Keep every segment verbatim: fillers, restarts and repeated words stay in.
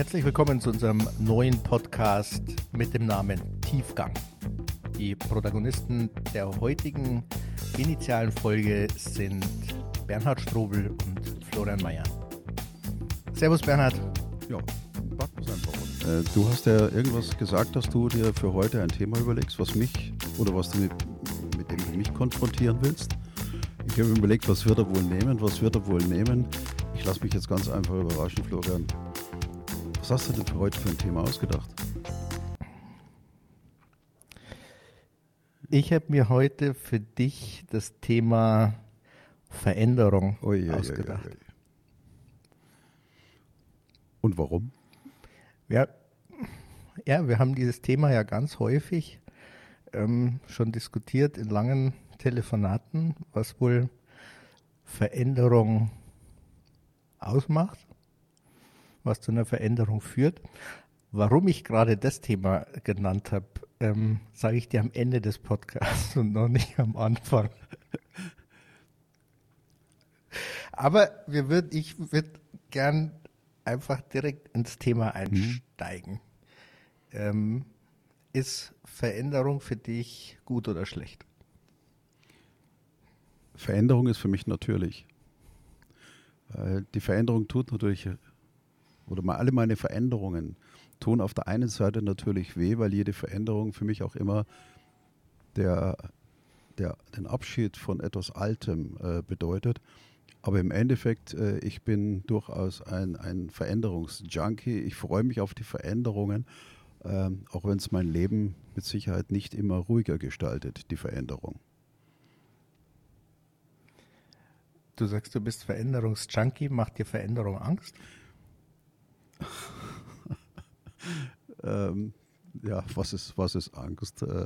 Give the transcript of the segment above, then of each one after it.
Herzlich willkommen zu unserem neuen Podcast mit dem Namen Tiefgang. Die Protagonisten der heutigen initialen Folge sind Bernhard Strobel und Florian Mayer. Servus Bernhard. Ja, packen wir es einfach mal. Äh, du hast ja irgendwas gesagt, dass du dir für heute ein Thema überlegst, was mich oder was du mit, mit dem du mich konfrontieren willst. Ich habe überlegt, was wird er wohl nehmen, was wird er wohl nehmen. Ich lasse mich jetzt ganz einfach überraschen, Florian. Was hast du denn für heute für ein Thema ausgedacht? Ich habe mir heute für dich das Thema Veränderung Ui, ausgedacht. Ui, ui. Und warum? Ja, ja, wir haben dieses Thema ja ganz häufig ähm, schon diskutiert in langen Telefonaten, was wohl Veränderung ausmacht, was zu einer Veränderung führt. Warum ich gerade das Thema genannt habe, ähm, sage ich dir am Ende des Podcasts und noch nicht am Anfang. Aber wir würd, ich würde gern einfach direkt ins Thema einsteigen. Mhm. Ähm, ist Veränderung für dich gut oder schlecht? Veränderung ist für mich natürlich. Die Veränderung tut natürlich, oder mal alle meine Veränderungen tun auf der einen Seite natürlich weh, weil jede Veränderung für mich auch immer der, der, den Abschied von etwas Altem äh, bedeutet. Aber im Endeffekt, äh, ich bin durchaus ein, ein Veränderungsjunkie. Ich freue mich auf die Veränderungen, äh, auch wenn es mein Leben mit Sicherheit nicht immer ruhiger gestaltet, die Veränderung. Du sagst, du bist Veränderungsjunkie. Macht dir Veränderung Angst? ähm, ja, was ist, was ist Angst? Äh,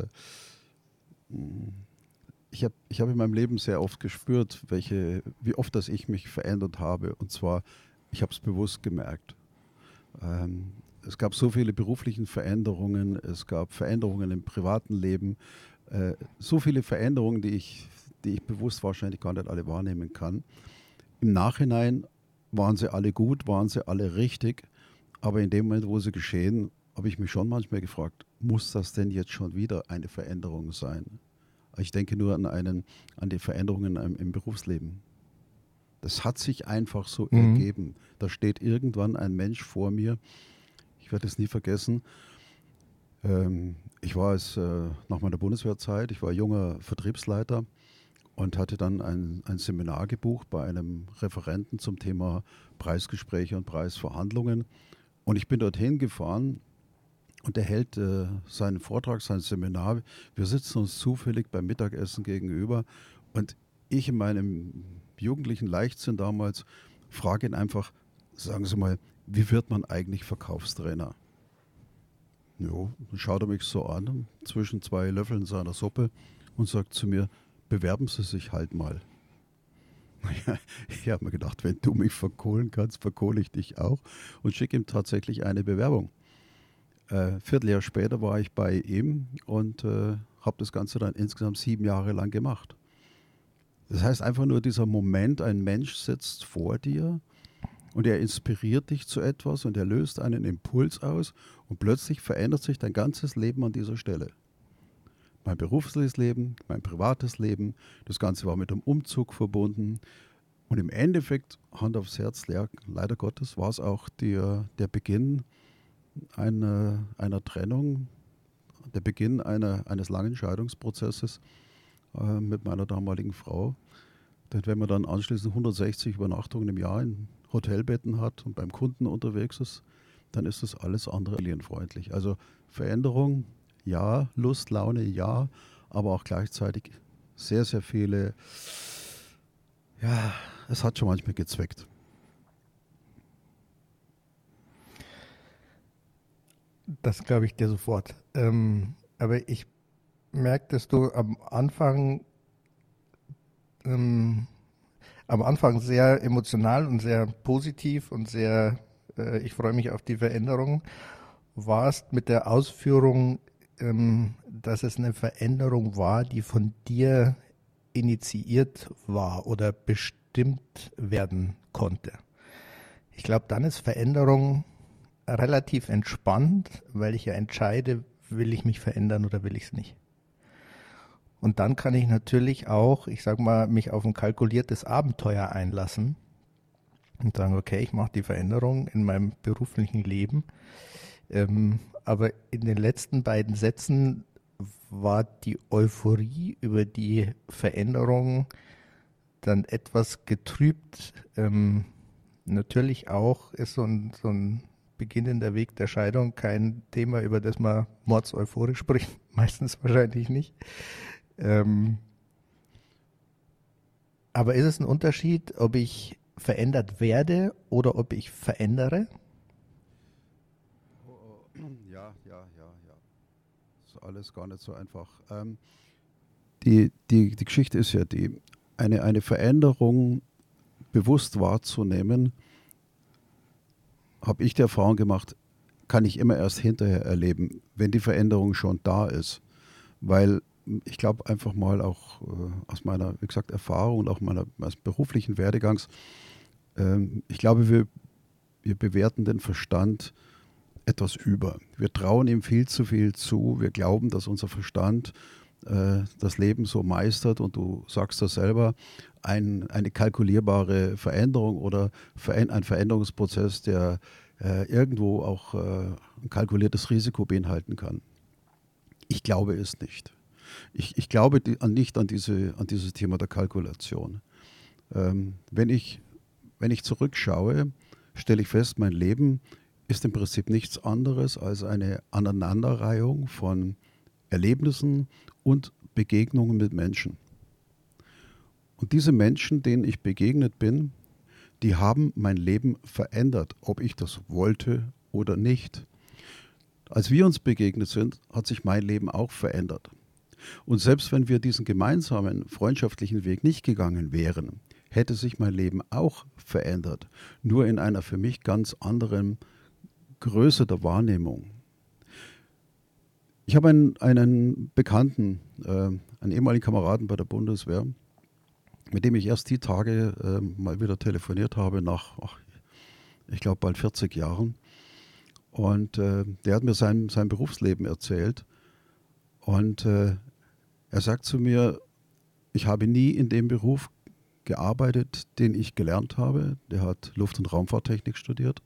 ich habe ich hab in meinem Leben sehr oft gespürt, welche, wie oft dass ich mich verändert habe. Und zwar, ich habe es bewusst gemerkt. Ähm, es gab so viele berufliche Veränderungen, es gab Veränderungen im privaten Leben, äh, so viele Veränderungen, die ich die ich bewusst wahrscheinlich gar nicht alle wahrnehmen kann. Im Nachhinein waren sie alle gut, waren sie alle richtig, aber in dem Moment, wo sie geschehen, habe ich mich schon manchmal gefragt, muss das denn jetzt schon wieder eine Veränderung sein? Ich denke nur an, einen, an die Veränderungen im, im Berufsleben. Das hat sich einfach so mhm. ergeben. Da steht irgendwann ein Mensch vor mir, ich werde es nie vergessen. Ähm, ich war es äh, nach meiner Bundeswehrzeit, ich war junger Vertriebsleiter und hatte dann ein, ein Seminar gebucht bei einem Referenten zum Thema Preisgespräche und Preisverhandlungen. Und ich bin dorthin gefahren und er hält äh, seinen Vortrag, sein Seminar. Wir sitzen uns zufällig beim Mittagessen gegenüber und ich in meinem jugendlichen Leichtsinn damals frage ihn einfach, sagen Sie mal, wie wird man eigentlich Verkaufstrainer? Jo, dann schaut er mich so an, zwischen zwei Löffeln seiner Suppe und sagt zu mir, bewerben Sie sich halt mal. Ich habe mir gedacht, wenn du mich verkohlen kannst, verkohle ich dich auch und schicke ihm tatsächlich eine Bewerbung. Äh, Vierteljahr später war ich bei ihm und äh, habe das Ganze dann insgesamt sieben Jahre lang gemacht. Das heißt einfach nur dieser Moment, ein Mensch sitzt vor dir und er inspiriert dich zu etwas und er löst einen Impuls aus und plötzlich verändert sich dein ganzes Leben an dieser Stelle. Mein berufliches Leben, mein privates Leben, das Ganze war mit einem Umzug verbunden. Und im Endeffekt, Hand aufs Herz, leider Gottes, war es auch die, der Beginn einer, einer Trennung, der Beginn einer, eines langen Scheidungsprozesses äh, mit meiner damaligen Frau. Denn wenn man dann anschließend hundertsechzig Übernachtungen im Jahr in Hotelbetten hat und beim Kunden unterwegs ist, dann ist das alles andere familienfreundlich. Also Veränderung, ja, Lust, Laune, ja, aber auch gleichzeitig sehr, sehr viele, ja, es hat schon manchmal gezweckt. Das glaube ich dir sofort. Ähm, aber ich merke, dass du am Anfang, ähm, am Anfang sehr emotional und sehr positiv und sehr, äh, ich freue mich auf die Veränderung, warst mit der Ausführung, dass es eine Veränderung war, die von dir initiiert war oder bestimmt werden konnte. Ich glaube, dann ist Veränderung relativ entspannt, weil ich ja entscheide, will ich mich verändern oder will ich es nicht. Und dann kann ich natürlich auch, ich sag mal, mich auf ein kalkuliertes Abenteuer einlassen und sagen, okay, ich mache die Veränderung in meinem beruflichen Leben. Ähm, aber in den letzten beiden Sätzen war die Euphorie über die Veränderung dann etwas getrübt. Ähm, natürlich auch ist so ein, so ein beginnender Weg der Scheidung kein Thema, über das man mordseuphorisch spricht. Meistens wahrscheinlich nicht. Ähm, aber ist es ein Unterschied, ob ich verändert werde oder ob ich verändere? Ja, ja, ja, ja. Ist alles gar nicht so einfach. Ähm, die, die, die Geschichte ist ja die, eine, eine Veränderung bewusst wahrzunehmen, habe ich die Erfahrung gemacht, kann ich immer erst hinterher erleben, wenn die Veränderung schon da ist. Weil ich glaube einfach mal auch äh, aus meiner, wie gesagt, Erfahrung und auch meiner, meines beruflichen Werdegangs, ähm, ich glaube, wir, wir bewerten den Verstand etwas über. Wir trauen ihm viel zu viel zu. Wir glauben, dass unser Verstand äh, das Leben so meistert und du sagst das selber, ein, eine kalkulierbare Veränderung oder veränd- ein Veränderungsprozess, der äh, irgendwo auch äh, ein kalkuliertes Risiko beinhalten kann. Ich glaube es nicht. Ich, ich glaube die, an, nicht an, diese, an dieses Thema der Kalkulation. Ähm, wenn ich, wenn ich zurückschaue, stelle ich fest, mein Leben ist im Prinzip nichts anderes als eine Aneinanderreihung von Erlebnissen und Begegnungen mit Menschen. Und diese Menschen, denen ich begegnet bin, die haben mein Leben verändert, ob ich das wollte oder nicht. Als wir uns begegnet sind, hat sich mein Leben auch verändert. Und selbst wenn wir diesen gemeinsamen freundschaftlichen Weg nicht gegangen wären, hätte sich mein Leben auch verändert, nur in einer für mich ganz anderen Größe der Wahrnehmung. Ich habe einen, einen Bekannten, äh, einen ehemaligen Kameraden bei der Bundeswehr, mit dem ich erst die Tage äh, mal wieder telefoniert habe, nach, ach, ich glaube, bald vierzig Jahren. Und äh, der hat mir sein, sein Berufsleben erzählt. Und äh, er sagt zu mir, ich habe nie in dem Beruf gearbeitet, den ich gelernt habe. Der hat Luft- und Raumfahrttechnik studiert.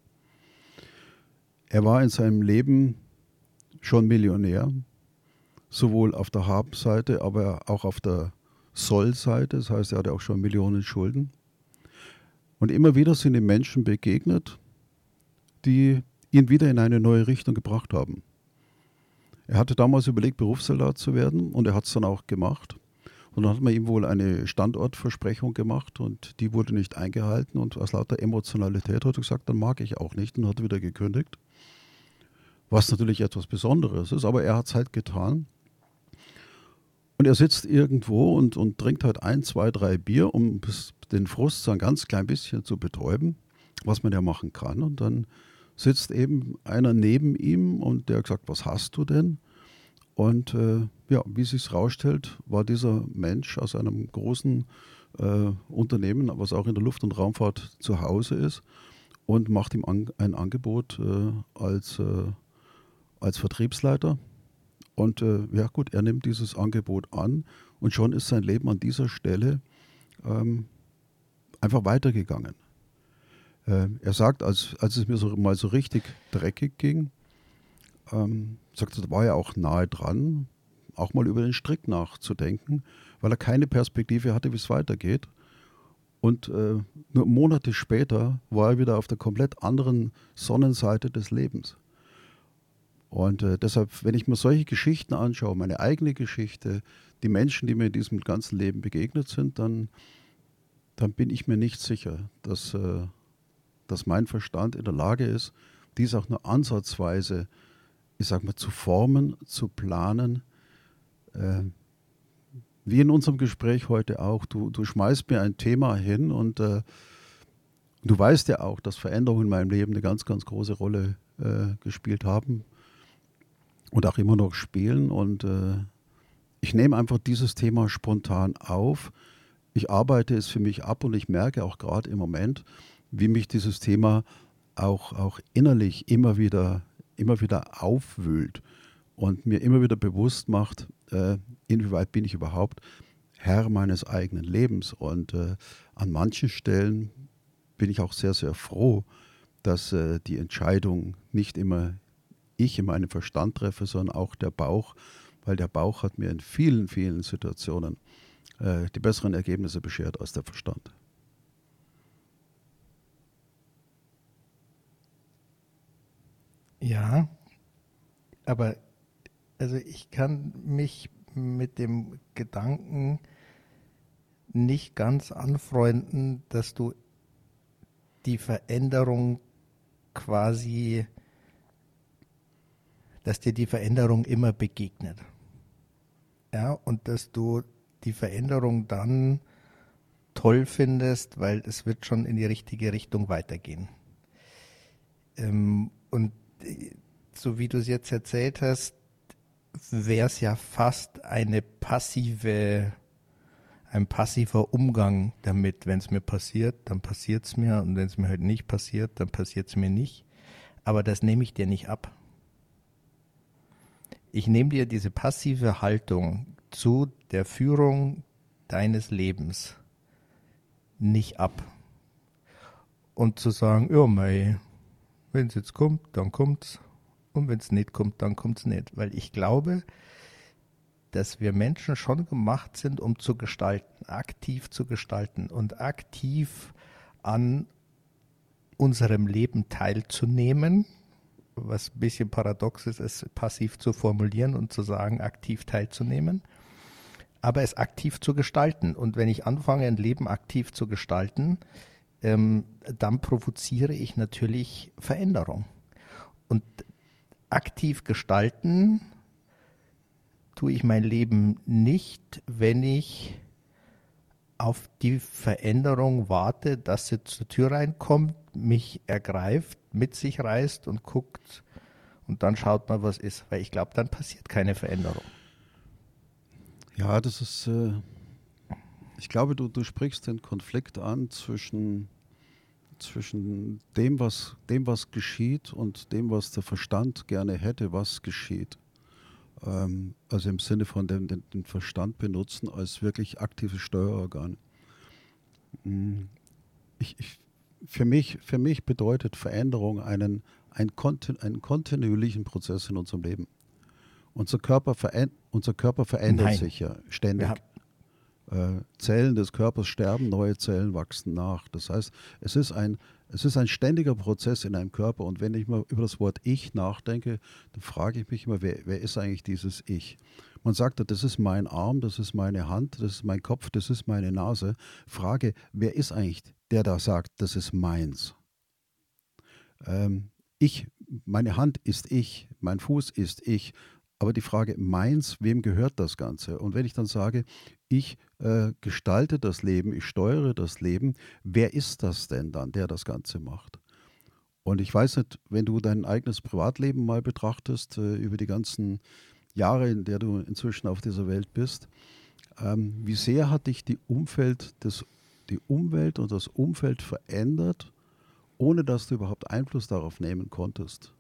Er war in seinem Leben schon Millionär, sowohl auf der Habenseite, aber auch auf der Sollseite. Das heißt, er hatte auch schon Millionen Schulden. Und immer wieder sind ihm Menschen begegnet, die ihn wieder in eine neue Richtung gebracht haben. Er hatte damals überlegt, Berufssoldat zu werden und er hat es dann auch gemacht. Und dann hat man ihm wohl eine Standortversprechung gemacht und die wurde nicht eingehalten und aus lauter Emotionalität hat er gesagt, dann mag ich auch nicht und hat wieder gekündigt. Was natürlich etwas Besonderes ist, aber er hat es halt getan. Und er sitzt irgendwo und, und trinkt halt ein, zwei, drei Bier, um bis den Frust so ein ganz klein bisschen zu betäuben, was man ja machen kann. Und dann sitzt eben einer neben ihm und der hat gesagt, was hast du denn? Und äh, ja, wie sich rausstellt, war dieser Mensch aus einem großen äh, Unternehmen, was auch in der Luft- und Raumfahrt zu Hause ist und macht ihm an, ein Angebot äh, als, äh, als Vertriebsleiter. Und äh, ja gut, er nimmt dieses Angebot an und schon ist sein Leben an dieser Stelle ähm, einfach weitergegangen. Äh, er sagt, als, als es mir so, mal so richtig dreckig ging, ähm, sagt, da war er auch nahe dran, auch mal über den Strick nachzudenken, weil er keine Perspektive hatte, wie es weitergeht. Und äh, nur Monate später war er wieder auf der komplett anderen Sonnenseite des Lebens. Und äh, deshalb, wenn ich mir solche Geschichten anschaue, meine eigene Geschichte, die Menschen, die mir in diesem ganzen Leben begegnet sind, dann, dann bin ich mir nicht sicher, dass, äh, dass mein Verstand in der Lage ist, dies auch nur ansatzweise, ich sag mal, zu formen, zu planen. Äh, wie in unserem Gespräch heute auch, du, du schmeißt mir ein Thema hin und äh, du weißt ja auch, dass Veränderungen in meinem Leben eine ganz, ganz große Rolle äh, gespielt haben und auch immer noch spielen. Und äh, ich nehme einfach dieses Thema spontan auf. Ich arbeite es für mich ab und ich merke auch gerade im Moment, wie mich dieses Thema auch, auch innerlich immer wieder, immer wieder aufwühlt und mir immer wieder bewusst macht, äh, inwieweit bin ich überhaupt Herr meines eigenen Lebens. Und äh, an manchen Stellen bin ich auch sehr, sehr froh, dass äh, die Entscheidung nicht immer ich in meinem Verstand treffe, sondern auch der Bauch, weil der Bauch hat mir in vielen, vielen Situationen äh, die besseren Ergebnisse beschert als der Verstand. Ja, aber also ich kann mich mit dem Gedanken nicht ganz anfreunden, dass du die Veränderung quasi, dass dir die Veränderung immer begegnet. Ja, und dass du die Veränderung dann toll findest, weil es wird schon in die richtige Richtung weitergehen. Ähm, und äh, so wie du es jetzt erzählt hast, wäre es ja fast eine passive, ein passiver Umgang damit. Wenn es mir passiert, dann passiert es mir, und wenn es mir halt nicht passiert, dann passiert es mir nicht. Aber das nehme ich dir nicht ab. Ich nehme dir diese passive Haltung zu der Führung deines Lebens nicht ab. Und zu sagen, ja mei, wenn es jetzt kommt, dann kommt's. Und wenn es nicht kommt, dann kommt es nicht. Weil ich glaube, dass wir Menschen schon gemacht sind, um zu gestalten, aktiv zu gestalten und aktiv an unserem Leben teilzunehmen, was ein bisschen paradox ist, es passiv zu formulieren und zu sagen, aktiv teilzunehmen, aber es aktiv zu gestalten. Und wenn ich anfange, ein Leben aktiv zu gestalten, ähm, dann provoziere ich natürlich Veränderung. Und aktiv gestalten tue ich mein Leben nicht, wenn ich auf die Veränderung warte, dass sie zur Tür reinkommt, mich ergreift, mit sich reißt und guckt und dann schaut man, was ist. Weil ich glaube, dann passiert keine Veränderung. Ja, das ist, äh, ich glaube, du, du sprichst den Konflikt an zwischen, zwischen dem, was, dem, was geschieht und dem, was der Verstand gerne hätte, was geschieht. Ähm, also im Sinne von dem, den, den Verstand benutzen als wirklich aktives Steuerorgan. Mm, Ich, ich, für mich, für mich bedeutet Veränderung einen, einen, kontin, einen kontinuierlichen Prozess in unserem Leben. Unser Körper, veränd, unser Körper verändert Nein. sich ja Wir ständig. haben, Äh, Zellen des Körpers sterben, neue Zellen wachsen nach. Das heißt, es ist ein, es ist ein ständiger Prozess in einem Körper. Und wenn ich mal über das Wort Ich nachdenke, dann frage ich mich immer, wer, wer ist eigentlich dieses Ich? Man sagt, das ist mein Arm, das ist meine Hand, das ist mein Kopf, das ist meine Nase. Frage, wer ist eigentlich der da sagt, das ist meins? Ähm, ich, meine Hand ist ich, mein Fuß ist ich. Aber die Frage, meins, wem gehört das Ganze? Und wenn ich dann sage, ich äh, gestalte das Leben, ich steuere das Leben, wer ist das denn dann, der das Ganze macht? Und ich weiß nicht, wenn du dein eigenes Privatleben mal betrachtest, äh, über die ganzen Jahre, in der du inzwischen auf dieser Welt bist, ähm, wie sehr hat dich die Umfeld, das, die Umwelt und das Umfeld verändert, ohne dass du überhaupt Einfluss darauf nehmen konntest?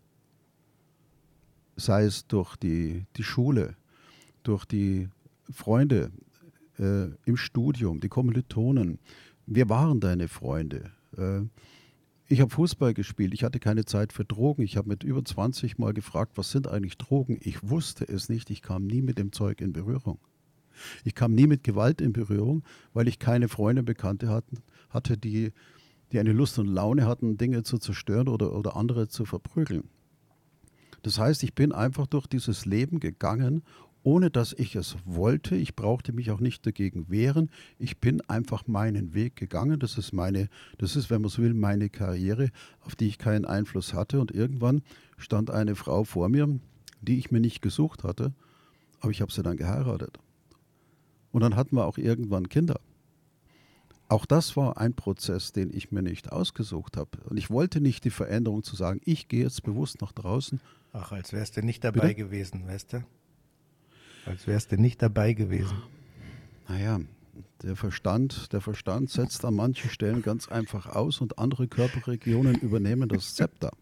Sei es durch die, die Schule, durch die Freunde äh, im Studium, die Kommilitonen. Wer waren deine Freunde? Äh, ich habe Fußball gespielt, ich hatte keine Zeit für Drogen. Ich habe mit über zwanzig Mal gefragt, was sind eigentlich Drogen? Ich wusste es nicht, ich kam nie mit dem Zeug in Berührung. Ich kam nie mit Gewalt in Berührung, weil ich keine Freunde, Bekannte hatten, hatte, die, die eine Lust und Laune hatten, Dinge zu zerstören oder, oder andere zu verprügeln. Das heißt, ich bin einfach durch dieses Leben gegangen, ohne dass ich es wollte. Ich brauchte mich auch nicht dagegen wehren. Ich bin einfach meinen Weg gegangen. Das ist meine, das ist, wenn man so will, meine Karriere, auf die ich keinen Einfluss hatte. Und irgendwann stand eine Frau vor mir, die ich mir nicht gesucht hatte, aber ich habe sie dann geheiratet. Und dann hatten wir auch irgendwann Kinder. Auch das war ein Prozess, den ich mir nicht ausgesucht habe. Und ich wollte nicht die Veränderung zu sagen, ich gehe jetzt bewusst nach draußen. ach, als wärst du nicht dabei Bitte? gewesen, weißt du? Als wärst du nicht dabei gewesen. Naja, Der Verstand, der Verstand setzt an manchen Stellen ganz einfach aus und andere Körperregionen übernehmen das Zepter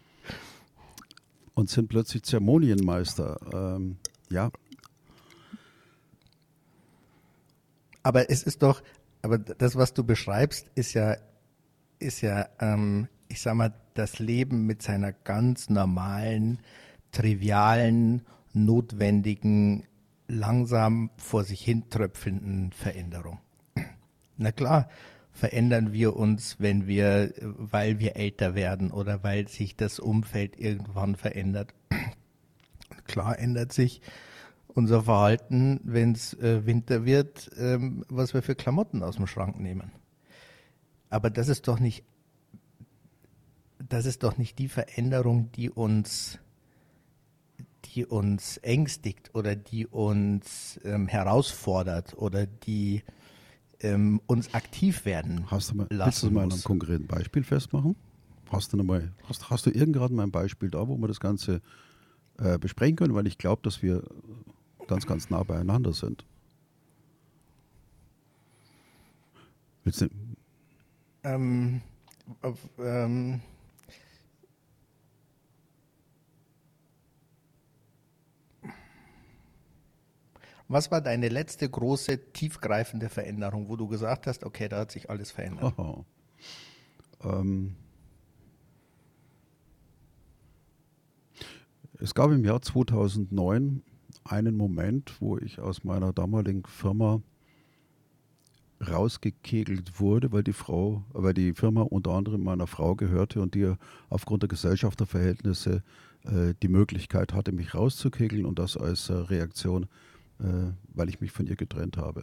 und sind plötzlich Zeremonienmeister. Ähm, ja. Aber es ist doch, aber das, was du beschreibst, ist ja, ist ja, ähm, ich sag mal, das Leben mit seiner ganz normalen, trivialen, notwendigen, langsam vor sich hin tröpfelnden Veränderung. Na klar, verändern wir uns, wenn wir, weil wir älter werden oder weil sich das Umfeld irgendwann verändert. Klar ändert sich unser Verhalten, wenn es äh, Winter wird, ähm, was wir für Klamotten aus dem Schrank nehmen. Aber das ist doch nicht, das ist doch nicht die Veränderung, die uns, die uns ängstigt oder die uns ähm, herausfordert oder die ähm, uns aktiv werden Hast du mal, lassen willst du mal an einem muss. konkreten Beispiel festmachen? Hast du, noch mal, hast, hast du irgend gerade mal ein Beispiel da, wo wir das Ganze äh, besprechen können? Weil ich glaube, dass wir ganz, ganz nah beieinander sind. Willst du, Ähm, auf, ähm, was war deine letzte große, tiefgreifende Veränderung, wo du gesagt hast, okay, da hat sich alles verändert? Aha. Ähm, es gab im Jahr zweitausendneun einen Moment, wo ich aus meiner damaligen Firma rausgekegelt wurde, weil die Frau, weil die Firma unter anderem meiner Frau gehörte und die aufgrund der Gesellschafterverhältnisse äh, die Möglichkeit hatte, mich rauszukegeln und das als äh, Reaktion, äh, weil ich mich von ihr getrennt habe.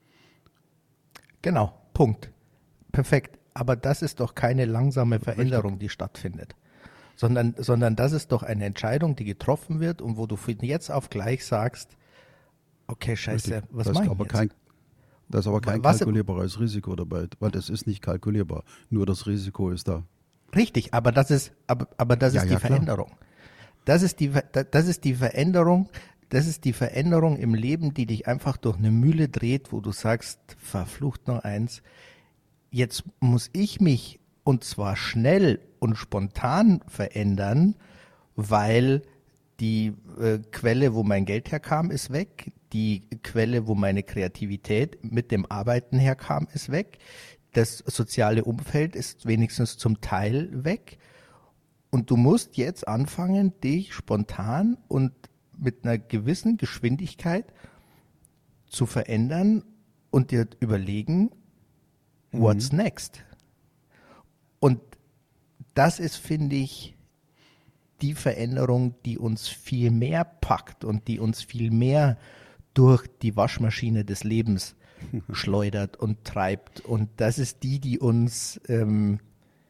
Genau, Punkt. Perfekt. Aber das ist doch keine langsame Veränderung, Richtig. die stattfindet. Sondern, sondern das ist doch eine Entscheidung, die getroffen wird und wo du von jetzt auf gleich sagst, okay, scheiße, Richtig. was Da ist mache ich aber jetzt? kein, da ist aber kein Was, kalkulierbares Risiko dabei, weil das ist nicht kalkulierbar. Nur das Risiko ist da. richtig, aber das ist, aber, aber das Ja, ist ja, die klar. Veränderung. Das ist die, Ver- das ist die Veränderung, das ist die Veränderung im Leben, die dich einfach durch eine Mühle dreht, wo du sagst, verflucht noch eins, jetzt muss ich mich und zwar schnell und spontan verändern, weil die äh, Quelle, wo mein Geld herkam, ist weg. Die Quelle, wo meine Kreativität mit dem Arbeiten herkam, ist weg. Das soziale Umfeld ist wenigstens zum Teil weg. Und du musst jetzt anfangen, dich spontan und mit einer gewissen Geschwindigkeit zu verändern und dir überlegen, what's next? Und das ist, finde ich, die Veränderung, die uns viel mehr packt und die uns viel mehr durch die Waschmaschine des Lebens schleudert und treibt. Und das ist die, die uns ähm,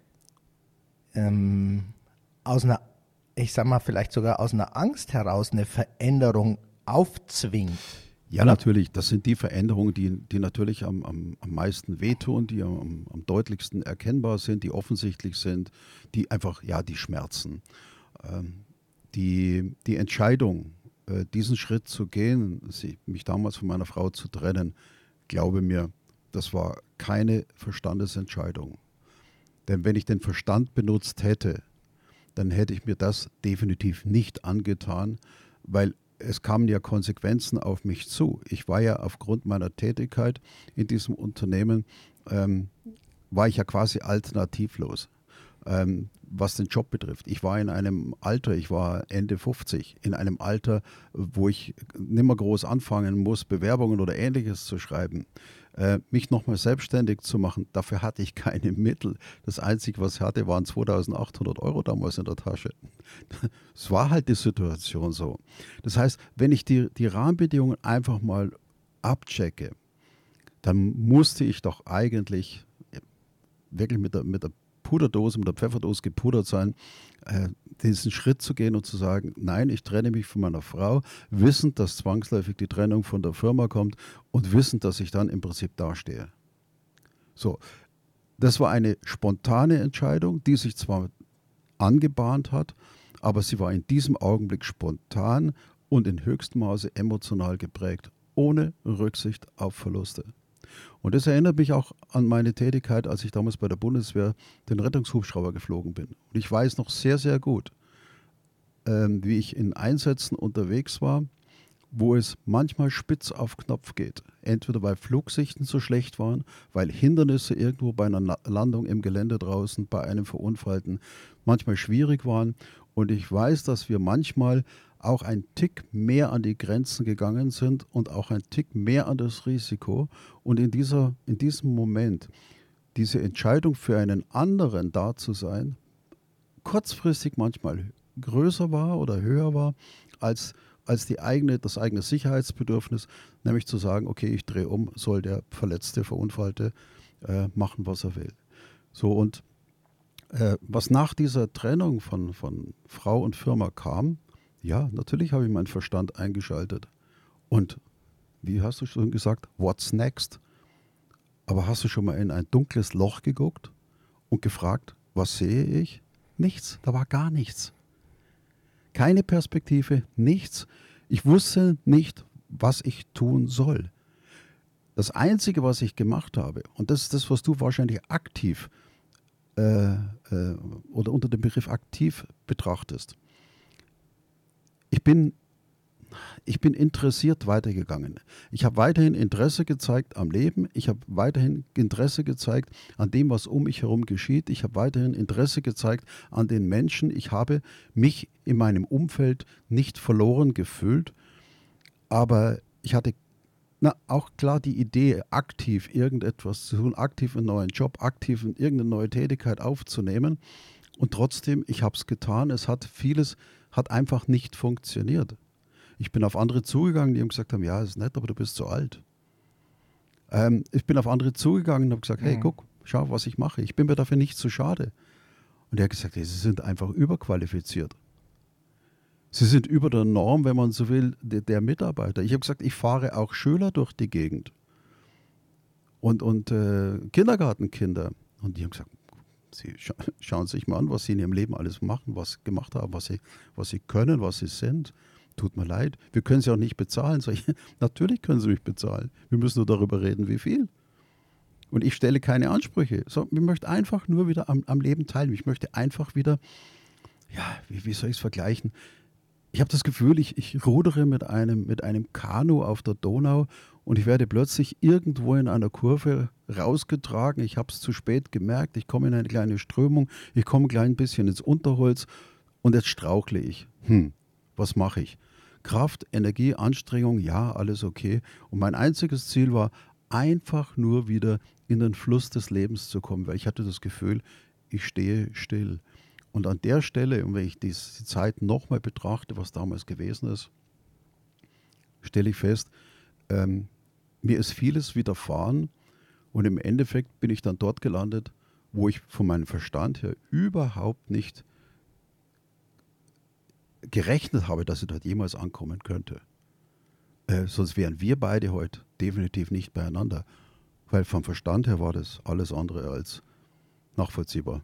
ähm, aus einer, ich sag mal, vielleicht sogar aus einer Angst heraus eine Veränderung aufzwingt. Ja, Oder? natürlich. Das sind die Veränderungen, die, die natürlich am, am, am meisten wehtun, die am, am deutlichsten erkennbar sind, die offensichtlich sind, die einfach, ja, die schmerzen. Ähm, die, die Entscheidung, äh, diesen Schritt zu gehen, sie, mich damals von meiner Frau zu trennen, glaube mir, das war keine Verstandesentscheidung. Denn wenn ich den Verstand benutzt hätte, dann hätte ich mir das definitiv nicht angetan, weil es kamen ja Konsequenzen auf mich zu. Ich war ja aufgrund meiner Tätigkeit in diesem Unternehmen, ähm, war ich ja quasi alternativlos, ähm, was den Job betrifft. Ich war in einem Alter, ich war Ende fünfzig, in einem Alter, wo ich nimmer groß anfangen muss, Bewerbungen oder Ähnliches zu schreiben. Äh, mich nochmal selbstständig zu machen, dafür hatte ich keine Mittel. Das Einzige, was ich hatte, waren zweitausendachthundert Euro damals in der Tasche. Es war halt die Situation so. Das heißt, wenn ich die, die Rahmenbedingungen einfach mal abchecke, dann musste ich doch eigentlich wirklich mit der, mit der Puderdose, mit der Pfefferdose gepudert sein, äh, diesen Schritt zu gehen und zu sagen, nein, ich trenne mich von meiner Frau, wissend, dass zwangsläufig die Trennung von der Firma kommt und wissend, dass ich dann im Prinzip dastehe. So, das war eine spontane Entscheidung, die sich zwar angebahnt hat, aber sie war in diesem Augenblick spontan und in höchstem Maße emotional geprägt, ohne Rücksicht auf Verluste. Und das erinnert mich auch an meine Tätigkeit, als ich damals bei der Bundeswehr den Rettungshubschrauber geflogen bin. Und ich weiß noch sehr, sehr gut, ähm, wie ich in Einsätzen unterwegs war, wo es manchmal spitz auf Knopf geht. Entweder weil Flugsichten so schlecht waren, weil Hindernisse irgendwo bei einer Landung im Gelände draußen, bei einem Verunfallten manchmal schwierig waren. Und ich weiß, dass wir manchmal auch ein Tick mehr an die Grenzen gegangen sind und auch ein Tick mehr an das Risiko. Und in, dieser, in diesem Moment diese Entscheidung für einen anderen da zu sein, kurzfristig manchmal größer war oder höher war als, als die eigene, das eigene Sicherheitsbedürfnis, nämlich zu sagen, okay, ich drehe um, soll der Verletzte, Verunfallte äh, machen, was er will. So, und äh, was nach dieser Trennung von, von Frau und Firma kam, ja, natürlich habe ich meinen Verstand eingeschaltet. Und wie hast du schon gesagt, what's next? Aber hast du schon mal in ein dunkles Loch geguckt und gefragt, was sehe ich? Nichts, da war gar nichts. Keine Perspektive, nichts. Ich wusste nicht, was ich tun soll. Das Einzige, was ich gemacht habe, und das ist das, was du wahrscheinlich aktiv äh, äh, oder unter dem Begriff aktiv betrachtest. Ich bin, ich bin interessiert weitergegangen. Ich habe weiterhin Interesse gezeigt am Leben. Ich habe weiterhin Interesse gezeigt an dem, was um mich herum geschieht. Ich habe weiterhin Interesse gezeigt an den Menschen. Ich habe mich in meinem Umfeld nicht verloren gefühlt. Aber ich hatte na, auch klar die Idee, aktiv irgendetwas zu tun, aktiv einen neuen Job, aktiv irgendeine neue Tätigkeit aufzunehmen. Und trotzdem, ich habe es getan. Es hat vieles hat einfach nicht funktioniert. Ich bin auf andere zugegangen, die haben gesagt haben, ja, ist nett, aber du bist zu alt. Ähm, ich bin auf andere zugegangen und habe gesagt, hey, guck, schau, was ich mache. Ich bin mir dafür nicht zu schade. Und er hat gesagt, hey, sie sind einfach überqualifiziert. Sie sind über der Norm, wenn man so will, der, der Mitarbeiter. Ich habe gesagt, ich fahre auch Schüler durch die Gegend. Und, und äh, Kindergartenkinder. Und die haben gesagt, Sie scha schauen sich mal an, was sie in ihrem Leben alles machen, was sie gemacht haben, was sie, was sie können, was sie sind. Tut mir leid, wir können sie auch nicht bezahlen. Sag ich, natürlich können sie mich bezahlen. Wir müssen nur darüber reden, wie viel. Und ich stelle keine Ansprüche. So, ich möchte einfach nur wieder am, am Leben teilnehmen. Ich möchte einfach wieder, ja, wie, wie soll ich es vergleichen? Ich habe das Gefühl, ich, ich rudere mit einem, mit einem Kanu auf der Donau und ich werde plötzlich irgendwo in einer Kurve rausgetragen. Ich habe es zu spät gemerkt. Ich komme in eine kleine Strömung. Ich komme ein klein bisschen ins Unterholz und jetzt strauchle ich. Hm, was mache ich? Kraft, Energie, Anstrengung, ja, alles okay. Und mein einziges Ziel war, einfach nur wieder in den Fluss des Lebens zu kommen, weil ich hatte das Gefühl, ich stehe still. Und an der Stelle, und wenn ich die, die Zeit nochmal betrachte, was damals gewesen ist, stelle ich fest, ähm, mir ist vieles widerfahren und im Endeffekt bin ich dann dort gelandet, wo ich von meinem Verstand her überhaupt nicht gerechnet habe, dass ich dort jemals ankommen könnte. Äh, sonst wären wir beide heute definitiv nicht beieinander, weil vom Verstand her war das alles andere als nachvollziehbar.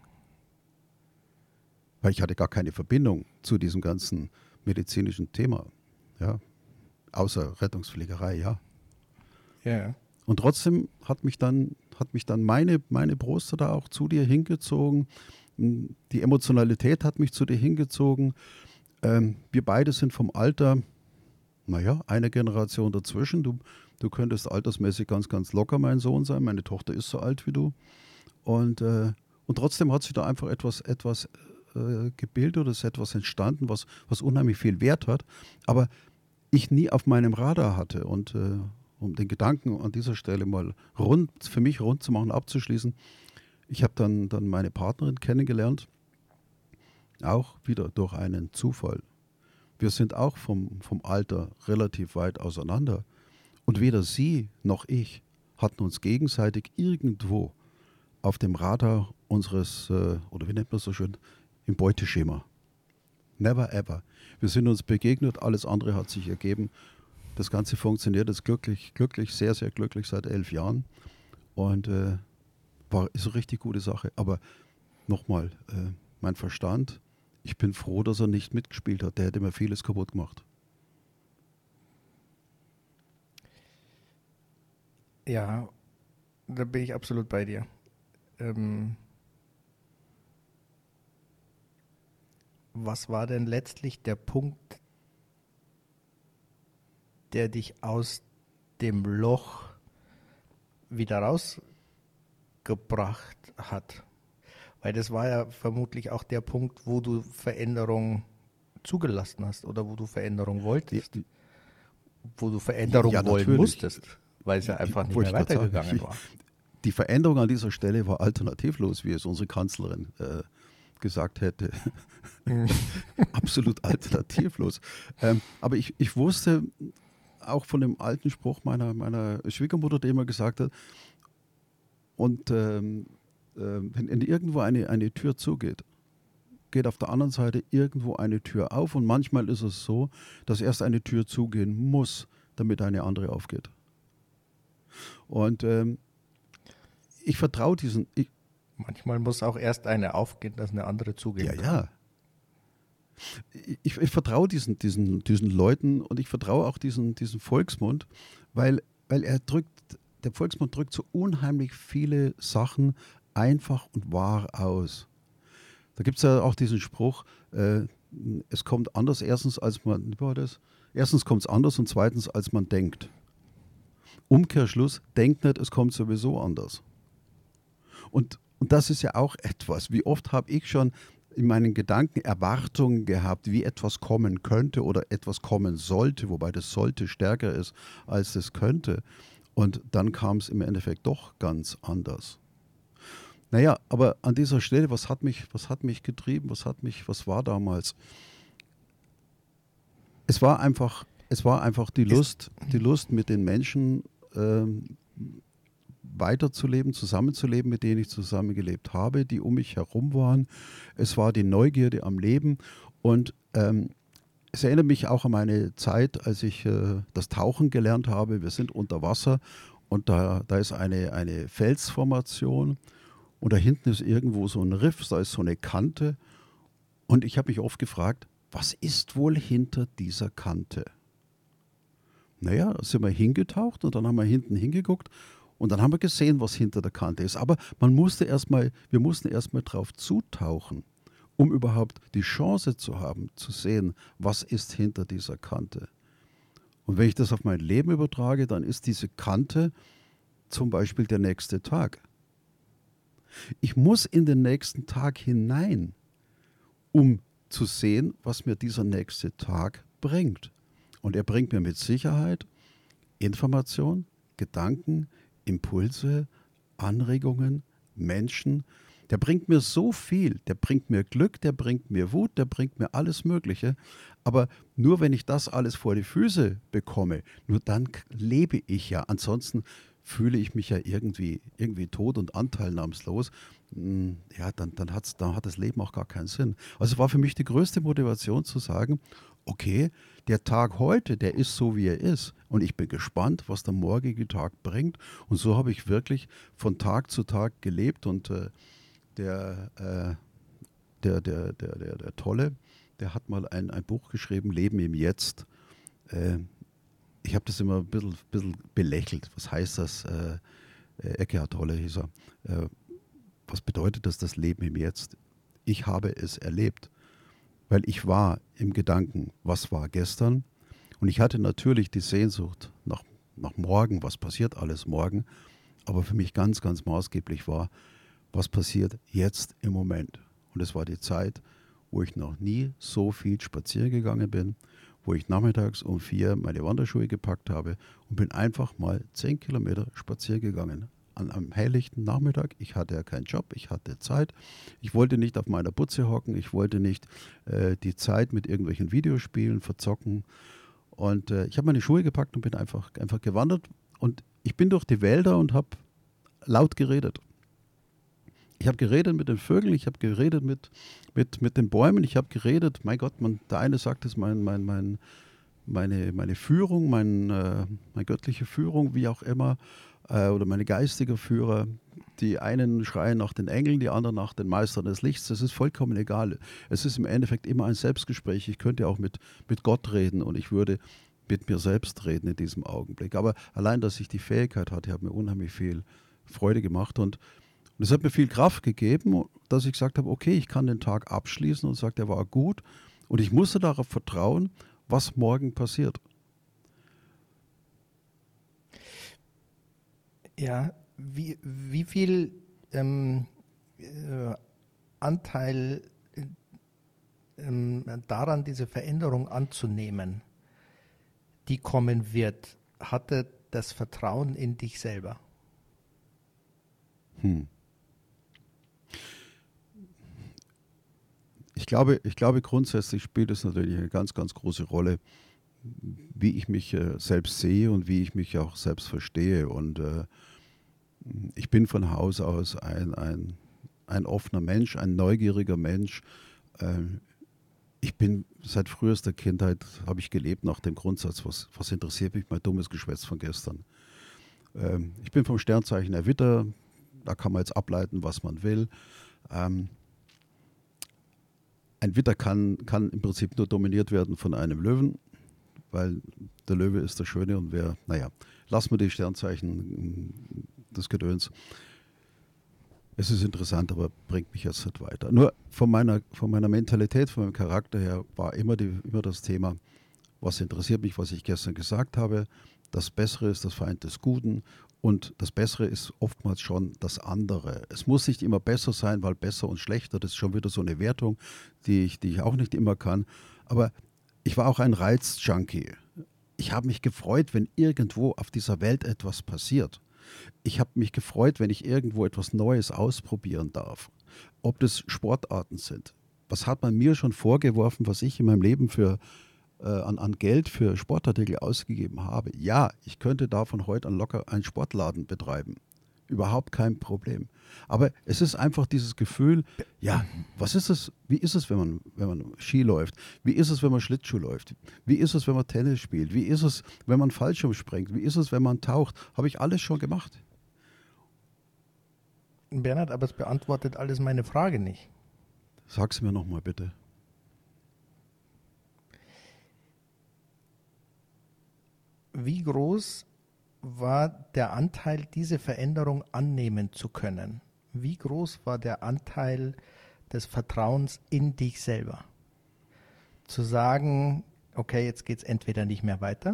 Weil ich hatte gar keine Verbindung zu diesem ganzen medizinischen Thema, ja, außer Rettungspflegerei, ja. Ja. Und trotzdem hat mich dann, hat mich dann meine, meine Brust da auch zu dir hingezogen. Die Emotionalität hat mich zu dir hingezogen. Ähm, wir beide sind vom Alter, naja, eine Generation dazwischen. Du, du könntest altersmäßig ganz, ganz locker mein Sohn sein. Meine Tochter ist so alt wie du. Und, äh, und trotzdem hat sich da einfach etwas, etwas äh, gebildet oder ist etwas entstanden, was, was unheimlich viel Wert hat. Aber ich nie auf meinem Radar hatte. Und äh, um den Gedanken an dieser Stelle mal rund, für mich rund zu machen, abzuschließen, ich habe dann, dann meine Partnerin kennengelernt, auch wieder durch einen Zufall. Wir sind auch vom, vom Alter relativ weit auseinander. Und weder sie noch ich hatten uns gegenseitig irgendwo auf dem Radar unseres, äh, oder wie nennt man es so schön, im Beuteschema. Never ever. Wir sind uns begegnet, alles andere hat sich ergeben. Das Ganze funktioniert jetzt glücklich, glücklich, sehr, sehr glücklich seit elf Jahren. Und äh, war, ist eine richtig gute Sache. Aber nochmal, äh, mein Verstand, ich bin froh, dass er nicht mitgespielt hat. Der hätte mir vieles kaputt gemacht. Ja, da bin ich absolut bei dir. Ähm, was war denn letztlich der Punkt, der dich aus dem Loch wieder rausgebracht hat? Weil das war ja vermutlich auch der Punkt, wo du Veränderung zugelassen hast oder wo du Veränderung Die, wolltest, die, wo du Veränderung ja, wollen natürlich. musstest, weil es ja einfach nicht Wollte mehr ich gerade sagen. weitergegangen war. Die Veränderung an dieser Stelle war alternativlos, wie es unsere Kanzlerin äh, gesagt hätte. Absolut alternativlos. Ähm, aber ich, ich wusste auch von dem alten Spruch meiner, meiner Schwiegermutter, der immer gesagt hat, und ähm, äh, wenn, wenn irgendwo eine, eine Tür zugeht, geht auf der anderen Seite irgendwo eine Tür auf. Und manchmal ist es so, dass erst eine Tür zugehen muss, damit eine andere aufgeht. Und ähm, ich vertraue diesen. Ich, Manchmal muss auch erst eine aufgehen, dass eine andere zugehen ja, kann. ja. Ich, ich vertraue diesen, diesen, diesen Leuten und ich vertraue auch diesen, diesen Volksmund, weil, weil er drückt, der Volksmund drückt so unheimlich viele Sachen einfach und wahr aus. Da gibt es ja auch diesen Spruch, äh, es kommt anders, erstens als man, wie war das? Erstens kommt es anders und zweitens als man denkt. Umkehrschluss, denkt nicht, es kommt sowieso anders. Und, und das ist ja auch etwas, wie oft habe ich schon in meinen Gedanken Erwartungen gehabt, wie etwas kommen könnte oder etwas kommen sollte, wobei das sollte stärker ist als das könnte. Und dann kam es im Endeffekt doch ganz anders. Naja, aber an dieser Stelle, was hat mich, was hat mich getrieben, was hat mich, was war damals? Es war einfach, es war einfach die Lust, die Lust mit den Menschen ähm, weiterzuleben, zusammenzuleben, mit denen ich zusammengelebt habe, die um mich herum waren. Es war die Neugierde am Leben und ähm, es erinnert mich auch an meine Zeit, als ich äh, das Tauchen gelernt habe. Wir sind unter Wasser und da, da ist eine, eine Felsformation und da hinten ist irgendwo so ein Riff, da ist so eine Kante und ich habe mich oft gefragt, was ist wohl hinter dieser Kante? Naja, da sind wir hingetaucht und dann haben wir hinten hingeguckt und dann haben wir gesehen, was hinter der Kante ist. Aber man musste erstmal, wir mussten erstmal drauf zutauchen, um überhaupt die Chance zu haben, zu sehen, was ist hinter dieser Kante. Und wenn ich das auf mein Leben übertrage, dann ist diese Kante zum Beispiel der nächste Tag. Ich muss in den nächsten Tag hinein, um zu sehen, was mir dieser nächste Tag bringt. Und er bringt mir mit Sicherheit Information, Gedanken, Impulse, Anregungen, Menschen. Der bringt mir so viel. Der bringt mir Glück, der bringt mir Wut, der bringt mir alles Mögliche. Aber nur wenn ich das alles vor die Füße bekomme, nur dann lebe ich ja. Ansonsten fühle ich mich ja irgendwie, irgendwie tot und anteilnahmslos. Ja, dann, dann, hat's, dann hat das Leben auch gar keinen Sinn. Also war für mich die größte Motivation zu sagen, okay, der Tag heute, der ist so, wie er ist. Und ich bin gespannt, was der morgige Tag bringt. Und so habe ich wirklich von Tag zu Tag gelebt. Und äh, der, äh, der, der, der, der, der Tolle, der hat mal ein, ein Buch geschrieben, Leben im Jetzt. Äh, ich habe das immer ein bisschen, bisschen belächelt. Was heißt das? Äh, Eckhart Tolle hieß er. Äh, was bedeutet das, das Leben im Jetzt? Ich habe es erlebt. Weil ich war im Gedanken, was war gestern? Und ich hatte natürlich die Sehnsucht nach, nach morgen, was passiert alles morgen. Aber für mich ganz, ganz maßgeblich war, was passiert jetzt im Moment. Und es war die Zeit, wo ich noch nie so viel spazieren gegangen bin, wo ich nachmittags um vier meine Wanderschuhe gepackt habe und bin einfach mal zehn Kilometer spazieren gegangen. An einem helllichten Nachmittag. Ich hatte ja keinen Job, ich hatte Zeit. Ich wollte nicht auf meiner Butze hocken, ich wollte nicht äh, die Zeit mit irgendwelchen Videospielen verzocken. Und äh, ich habe meine Schuhe gepackt und bin einfach, einfach gewandert. Und ich bin durch die Wälder und habe laut geredet. Ich habe geredet mit den Vögeln, ich habe geredet mit, mit, mit den Bäumen, ich habe geredet, mein Gott, man, der eine sagt es, mein, mein, mein, meine, meine Führung, mein, äh, meine göttliche Führung, wie auch immer, oder meine geistige Führer, die einen schreien nach den Engeln, die anderen nach den Meistern des Lichts, das ist vollkommen egal. Es ist im Endeffekt immer ein Selbstgespräch. Ich könnte auch mit, mit Gott reden und ich würde mit mir selbst reden in diesem Augenblick. Aber allein, dass ich die Fähigkeit hatte, hat mir unheimlich viel Freude gemacht und, und es hat mir viel Kraft gegeben, dass ich gesagt habe, okay, ich kann den Tag abschließen und sage, der war gut und ich musste darauf vertrauen, was morgen passiert. Ja, wie, wie viel ähm, äh, Anteil ähm, daran, diese Veränderung anzunehmen, die kommen wird, hatte das Vertrauen in dich selber? Hm. Ich glaube, ich glaube, grundsätzlich spielt es natürlich eine ganz, ganz große Rolle, wie ich mich äh, selbst sehe und wie ich mich auch selbst verstehe. Und äh, ich bin von Haus aus ein, ein, ein offener Mensch, ein neugieriger Mensch. Äh, ich bin seit frühester Kindheit, habe ich gelebt nach dem Grundsatz, was, was interessiert mich mein dummes Geschwätz von gestern. Ähm, ich bin vom Sternzeichen der Widder, da kann man jetzt ableiten, was man will. Ähm, ein Widder kann, kann im Prinzip nur dominiert werden von einem Löwen, weil der Löwe ist der Schöne und wer, naja, lassen wir die Sternzeichen, das Gedöns. Es ist interessant, aber bringt mich jetzt nicht weiter. Nur von meiner, von meiner Mentalität, von meinem Charakter her war immer, die, immer das Thema, was interessiert mich, was ich gestern gesagt habe. Das Bessere ist das Feind des Guten und das Bessere ist oftmals schon das andere. Es muss nicht immer besser sein, weil besser und schlechter, das ist schon wieder so eine Wertung, die ich, die ich auch nicht immer kann. Aber ich war auch ein Reizjunkie. Ich habe mich gefreut, wenn irgendwo auf dieser Welt etwas passiert. Ich habe mich gefreut, wenn ich irgendwo etwas Neues ausprobieren darf. Ob das Sportarten sind. Was hat man mir schon vorgeworfen, was ich in meinem Leben für, äh, an, an Geld für Sportartikel ausgegeben habe? Ja, ich könnte davon heute an locker einen Sportladen betreiben. Überhaupt kein Problem. Aber es ist einfach dieses Gefühl, ja, was ist es, wie ist es, wenn man, wenn man Ski läuft? Wie ist es, wenn man Schlittschuh läuft? Wie ist es, wenn man Tennis spielt? Wie ist es, wenn man Fallschirm springt? Wie ist es, wenn man taucht? Habe ich alles schon gemacht. Bernhard, aber es beantwortet alles meine Frage nicht. Sag's mir nochmal bitte. Wie groß war der Anteil, diese Veränderung annehmen zu können? Wie groß war der Anteil des Vertrauens in dich selber? Zu sagen, okay, jetzt geht es entweder nicht mehr weiter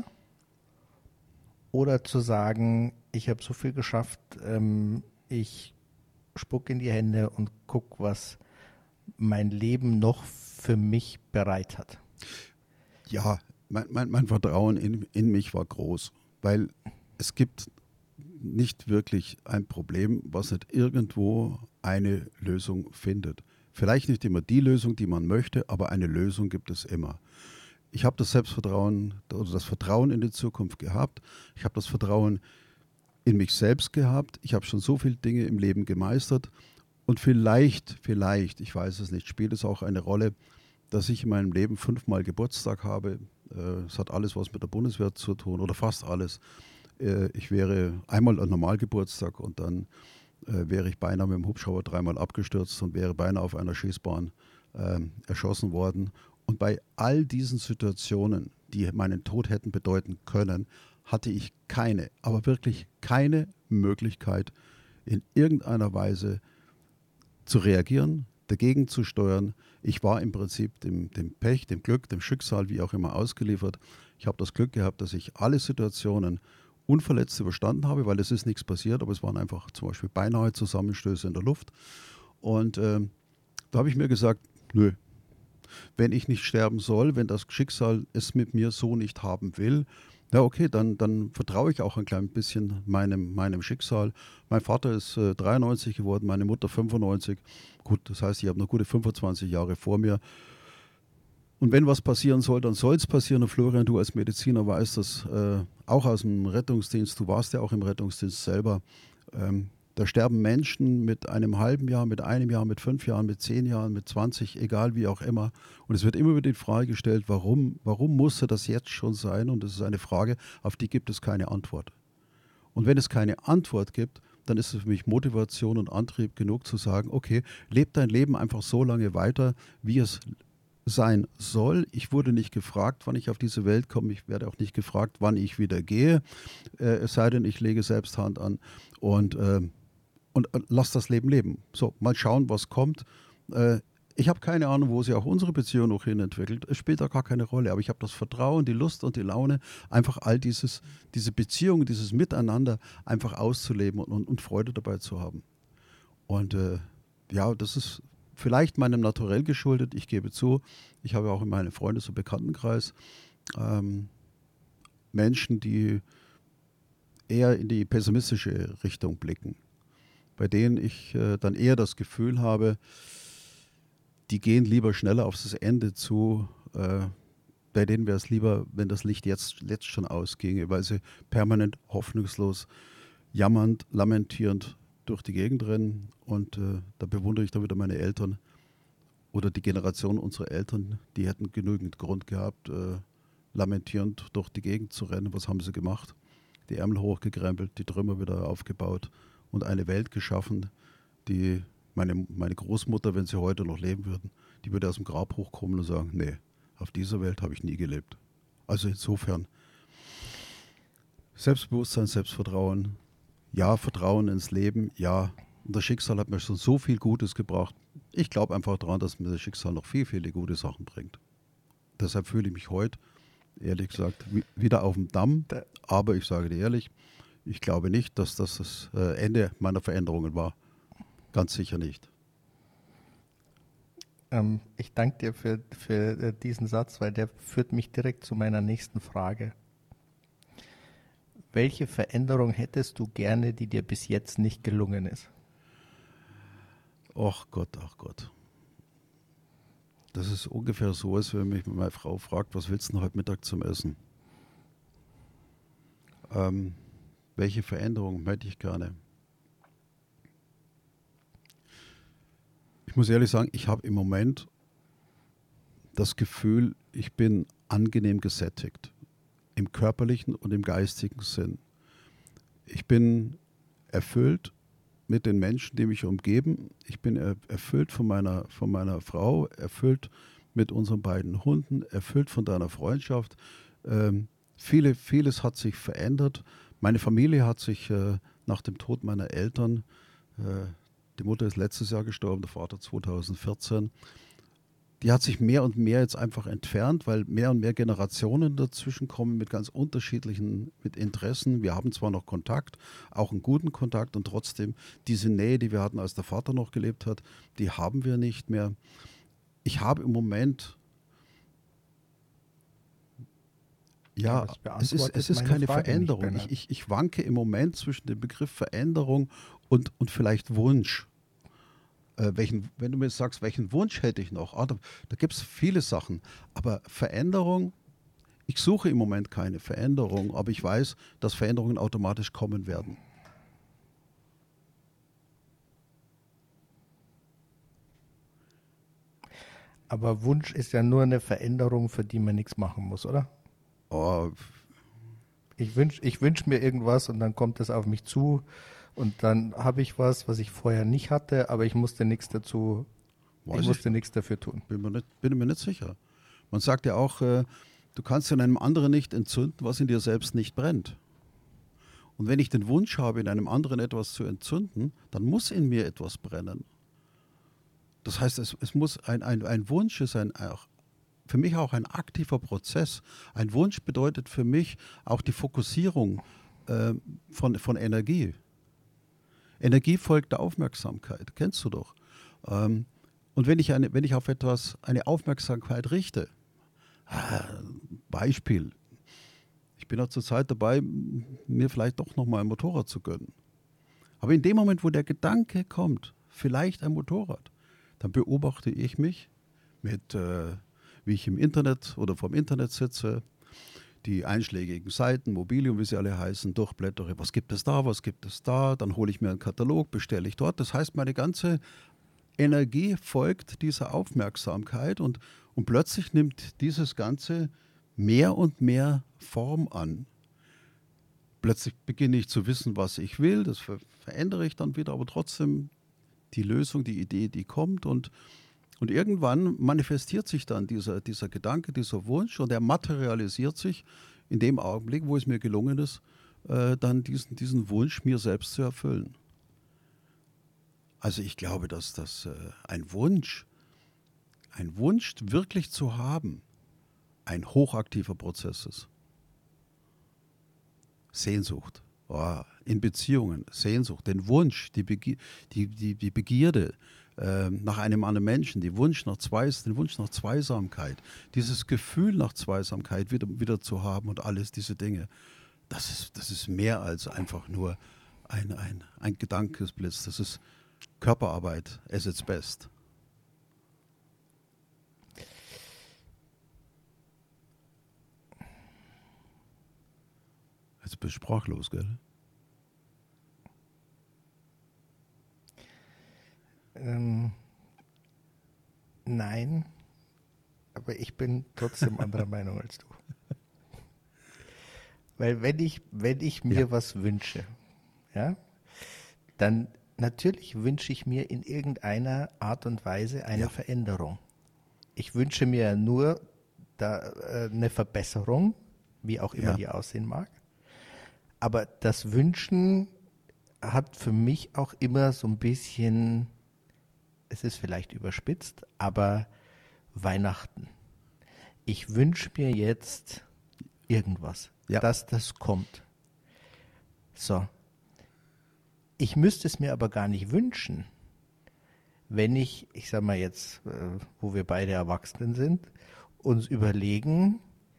oder zu sagen, ich habe so viel geschafft, ähm, ich spuck in die Hände und guck, was mein Leben noch für mich bereit hat. Ja, mein, mein, mein Vertrauen in, in mich war groß, weil es gibt nicht wirklich ein Problem, was nicht irgendwo eine Lösung findet. Vielleicht nicht immer die Lösung, die man möchte, aber eine Lösung gibt es immer. Ich habe das Selbstvertrauen, also das Vertrauen in die Zukunft gehabt. Ich habe das Vertrauen in mich selbst gehabt. Ich habe schon so viele Dinge im Leben gemeistert. Und vielleicht, vielleicht, ich weiß es nicht, spielt es auch eine Rolle, dass ich in meinem Leben fünfmal Geburtstag habe. Es hat alles was mit der Bundeswehr zu tun oder fast alles. Ich wäre einmal an Normalgeburtstag und dann wäre ich beinahe mit dem Hubschrauber dreimal abgestürzt und wäre beinahe auf einer Schießbahn äh, erschossen worden. Und bei all diesen Situationen, die meinen Tod hätten bedeuten können, hatte ich keine, aber wirklich keine Möglichkeit, in irgendeiner Weise zu reagieren, dagegen zu steuern. Ich war im Prinzip dem, dem Pech, dem Glück, dem Schicksal, wie auch immer, ausgeliefert. Ich habe das Glück gehabt, dass ich alle Situationen unverletzt überstanden habe, weil es ist nichts passiert, aber es waren einfach zum Beispiel beinahe Zusammenstöße in der Luft. Und äh, da habe ich mir gesagt, nö, wenn ich nicht sterben soll, wenn das Schicksal es mit mir so nicht haben will, ja okay, dann, dann vertraue ich auch ein klein bisschen meinem, meinem Schicksal. Mein Vater ist äh, dreiundneunzig geworden, meine Mutter fünfundneunzig. Gut, das heißt, ich habe noch gute fünfundzwanzig Jahre vor mir. Und wenn was passieren soll, dann soll es passieren. Und Florian, du als Mediziner weißt das äh, auch aus dem Rettungsdienst. Du warst ja auch im Rettungsdienst selber. Ähm, da sterben Menschen mit einem halben Jahr, mit einem Jahr, mit fünf Jahren, mit zehn Jahren, mit zwanzig, egal wie auch immer. Und es wird immer wieder die Frage gestellt, warum, warum musste das jetzt schon sein? Und das ist eine Frage, auf die gibt es keine Antwort. Und wenn es keine Antwort gibt, dann ist es für mich Motivation und Antrieb genug zu sagen, okay, leb dein Leben einfach so lange weiter, wie es sein soll. Ich wurde nicht gefragt, wann ich auf diese Welt komme. Ich werde auch nicht gefragt, wann ich wieder gehe. Äh, es sei denn, ich lege selbst Hand an und, äh, und äh, lass das Leben leben. So, mal schauen, was kommt. Äh, ich habe keine Ahnung, wo sich auch unsere Beziehung noch hin entwickelt. Es spielt da gar keine Rolle. Aber ich habe das Vertrauen, die Lust und die Laune, einfach all dieses, diese Beziehung, dieses Miteinander einfach auszuleben und, und, und Freude dabei zu haben. Und äh, ja, das ist vielleicht meinem Naturell geschuldet. Ich gebe zu, ich habe auch in meinem Freundes- und Bekanntenkreis ähm, Menschen, die eher in die pessimistische Richtung blicken, bei denen ich äh, dann eher das Gefühl habe, die gehen lieber schneller aufs Ende zu. Äh, bei denen wäre es lieber, wenn das Licht jetzt, jetzt schon ausginge, weil sie permanent hoffnungslos, jammernd, lamentierend durch die Gegend rennen. Und äh, da bewundere ich dann wieder meine Eltern oder die Generation unserer Eltern, die hätten genügend Grund gehabt, äh, lamentierend durch die Gegend zu rennen. Was haben sie gemacht? Die Ärmel hochgekrempelt, die Trümmer wieder aufgebaut und eine Welt geschaffen, die meine, meine Großmutter, wenn sie heute noch leben würden, die würde aus dem Grab hochkommen und sagen, nee, auf dieser Welt habe ich nie gelebt. Also insofern Selbstbewusstsein, Selbstvertrauen, ja, Vertrauen ins Leben, ja. Und das Schicksal hat mir schon so viel Gutes gebracht. Ich glaube einfach daran, dass mir das Schicksal noch viel, viele gute Sachen bringt. Deshalb fühle ich mich heute, ehrlich gesagt, wieder auf dem Damm. Aber ich sage dir ehrlich, ich glaube nicht, dass das das Ende meiner Veränderungen war. Ganz sicher nicht. Ähm, ich danke dir für, für diesen Satz, weil der führt mich direkt zu meiner nächsten Frage. Welche Veränderung hättest du gerne, die dir bis jetzt nicht gelungen ist? Ach Gott, ach Gott. Das ist ungefähr so, als wenn mich meine Frau fragt, was willst du noch heute Mittag zum Essen? Ähm, welche Veränderung hätte ich gerne? Ich muss ehrlich sagen, ich habe im Moment das Gefühl, ich bin angenehm gesättigt. Im körperlichen und im geistigen Sinn. Ich bin erfüllt mit den Menschen, die mich umgeben. Ich bin erfüllt von meiner, von meiner Frau, erfüllt mit unseren beiden Hunden, erfüllt von deiner Freundschaft. Ähm, viele, vieles hat sich verändert. Meine Familie hat sich äh, nach dem Tod meiner Eltern, äh, die Mutter ist letztes Jahr gestorben, der Vater zweitausendvierzehn, die hat sich mehr und mehr jetzt einfach entfernt, weil mehr und mehr Generationen dazwischen kommen mit ganz unterschiedlichen mit Interessen. Wir haben zwar noch Kontakt, auch einen guten Kontakt, und trotzdem diese Nähe, die wir hatten, als der Vater noch gelebt hat, die haben wir nicht mehr. Ich habe im Moment, ja, ja es ist, es ist keine Frage Veränderung. Nicht, ich, ich, ich wanke im Moment zwischen dem Begriff Veränderung und, und vielleicht Wunsch. Äh, welchen, wenn du mir sagst, welchen Wunsch hätte ich noch? Ah, da da gibt es viele Sachen. Aber Veränderung, ich suche im Moment keine Veränderung, aber ich weiß, dass Veränderungen automatisch kommen werden. Aber Wunsch ist ja nur eine Veränderung, für die man nichts machen muss, oder? Oh. Ich wünsche ich wünsch mir irgendwas und dann kommt es auf mich zu. Und dann habe ich was, was ich vorher nicht hatte, aber ich musste nichts dazu, Weiß ich musste ich, nichts dafür tun. Bin mir, nicht, bin mir nicht sicher. Man sagt ja auch, äh, du kannst in einem anderen nicht entzünden, was in dir selbst nicht brennt. Und wenn ich den Wunsch habe, in einem anderen etwas zu entzünden, dann muss in mir etwas brennen. Das heißt, es, es muss ein, ein, ein Wunsch ist ein, auch, für mich auch ein aktiver Prozess. Ein Wunsch bedeutet für mich auch die Fokussierung äh, von, von Energie. Energie folgt der Aufmerksamkeit, kennst du doch. Ähm, und wenn ich, eine, wenn ich auf etwas eine Aufmerksamkeit richte, äh, Beispiel, ich bin auch zurzeit dabei, mir vielleicht doch nochmal ein Motorrad zu gönnen. Aber in dem Moment, wo der Gedanke kommt, vielleicht ein Motorrad, dann beobachte ich mich mit, äh, wie ich im Internet oder vom Internet sitze, die einschlägigen Seiten, Mobilium, wie sie alle heißen, durchblättere. Was gibt es da, was gibt es da? Dann hole ich mir einen Katalog, bestelle ich dort. Das heißt, meine ganze Energie folgt dieser Aufmerksamkeit und, und plötzlich nimmt dieses Ganze mehr und mehr Form an. Plötzlich beginne ich zu wissen, was ich will. Das ver- verändere ich dann wieder, aber trotzdem die Lösung, die Idee, die kommt. Und Und irgendwann manifestiert sich dann dieser, dieser Gedanke, dieser Wunsch und er materialisiert sich in dem Augenblick, wo es mir gelungen ist, äh, dann diesen, diesen Wunsch mir selbst zu erfüllen. Also ich glaube, dass das äh, ein Wunsch, ein Wunsch wirklich zu haben, ein hochaktiver Prozess ist. Sehnsucht, oh, in Beziehungen, Sehnsucht, den Wunsch, die, Begier, die, die, die Begierde äh, nach einem anderen Menschen, die Wunsch nach Zweis, den Wunsch nach Zweisamkeit, dieses Gefühl nach Zweisamkeit wieder, wieder zu haben und alles diese Dinge, das ist, das ist mehr als einfach nur ein, ein, ein Gedankesblitz, das ist Körperarbeit as its best. Jetzt bist du sprachlos, gell? Ähm, nein, aber ich bin trotzdem anderer Meinung als du. Weil wenn ich, wenn ich mir ja. was wünsche, ja, dann natürlich wünsche ich mir in irgendeiner Art und Weise eine ja. Veränderung. Ich wünsche mir nur da, äh, eine Verbesserung, wie auch immer ja. die aussehen mag. Aber das Wünschen hat für mich auch immer so ein bisschen, es ist vielleicht überspitzt, aber Weihnachten. Ich wünsche mir jetzt irgendwas, ja. dass das kommt. So. Ich müsste es mir aber gar nicht wünschen, wenn ich, ich sag mal jetzt, äh, wo wir beide Erwachsenen sind, uns überlegen,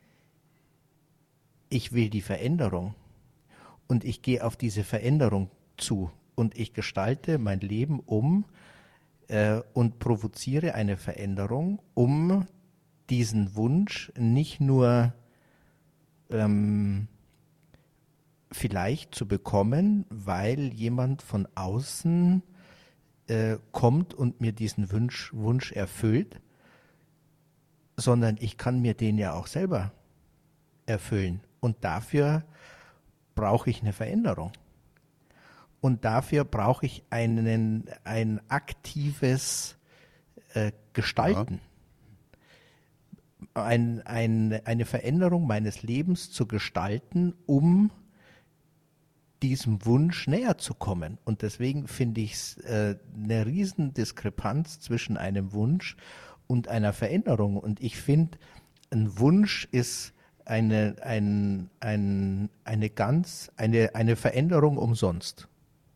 ich will die Veränderung. Und ich gehe auf diese Veränderung zu und ich gestalte mein Leben um äh, und provoziere eine Veränderung, um diesen Wunsch nicht nur ähm, vielleicht zu bekommen, weil jemand von außen äh, kommt und mir diesen Wunsch, Wunsch erfüllt, sondern ich kann mir den ja auch selber erfüllen. Und dafür brauche ich eine Veränderung. Und dafür brauche ich einen, ein aktives äh, Gestalten. Ja. Ein, ein, eine Veränderung meines Lebens zu gestalten, um diesem Wunsch näher zu kommen. Und deswegen finde ich es äh, eine riesen Diskrepanz zwischen einem Wunsch und einer Veränderung. Und ich finde, ein Wunsch ist Eine, ein, ein, eine ganz, eine, eine Veränderung umsonst.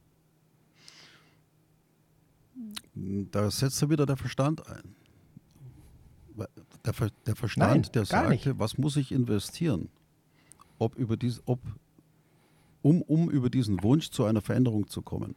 Da setzt ja wieder der Verstand ein. Der, Ver, der Verstand, Nein, der sagte, was muss ich investieren, ob über dies, ob, um, um über diesen Wunsch zu einer Veränderung zu kommen.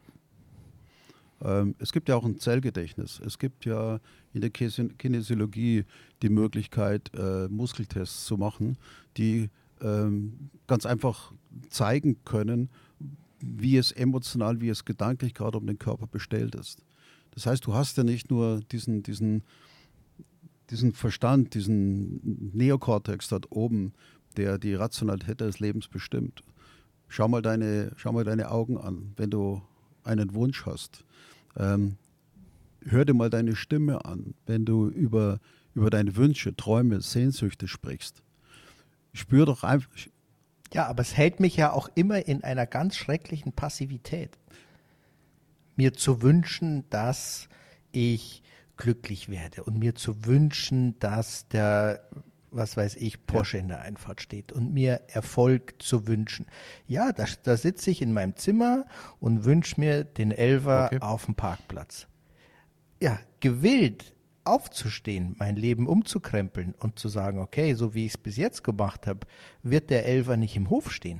Ähm, es gibt ja auch ein Zellgedächtnis. Es gibt ja in der Kinesiologie die Möglichkeit, äh, Muskeltests zu machen, die ähm, ganz einfach zeigen können, wie es emotional, wie es gedanklich gerade um den Körper bestellt ist. Das heißt, du hast ja nicht nur diesen, diesen, diesen Verstand, diesen Neokortex dort oben, der die Rationalität des Lebens bestimmt. Schau mal deine, schau mal deine Augen an, wenn du einen Wunsch hast. Ähm, hör dir mal deine Stimme an, wenn du über, über deine Wünsche, Träume, Sehnsüchte sprichst. Spür doch einfach. Ja, aber es hält mich ja auch immer in einer ganz schrecklichen Passivität. Mir zu wünschen, dass ich glücklich werde und mir zu wünschen, dass der, was weiß ich, Porsche ja. in der Einfahrt steht und mir Erfolg zu wünschen. Ja, da, da sitze ich in meinem Zimmer und wünsche mir den Elfer okay. auf dem Parkplatz. Ja, gewillt aufzustehen, mein Leben umzukrempeln und zu sagen, okay, so wie ich es bis jetzt gemacht habe, wird der Elfer nicht im Hof stehen,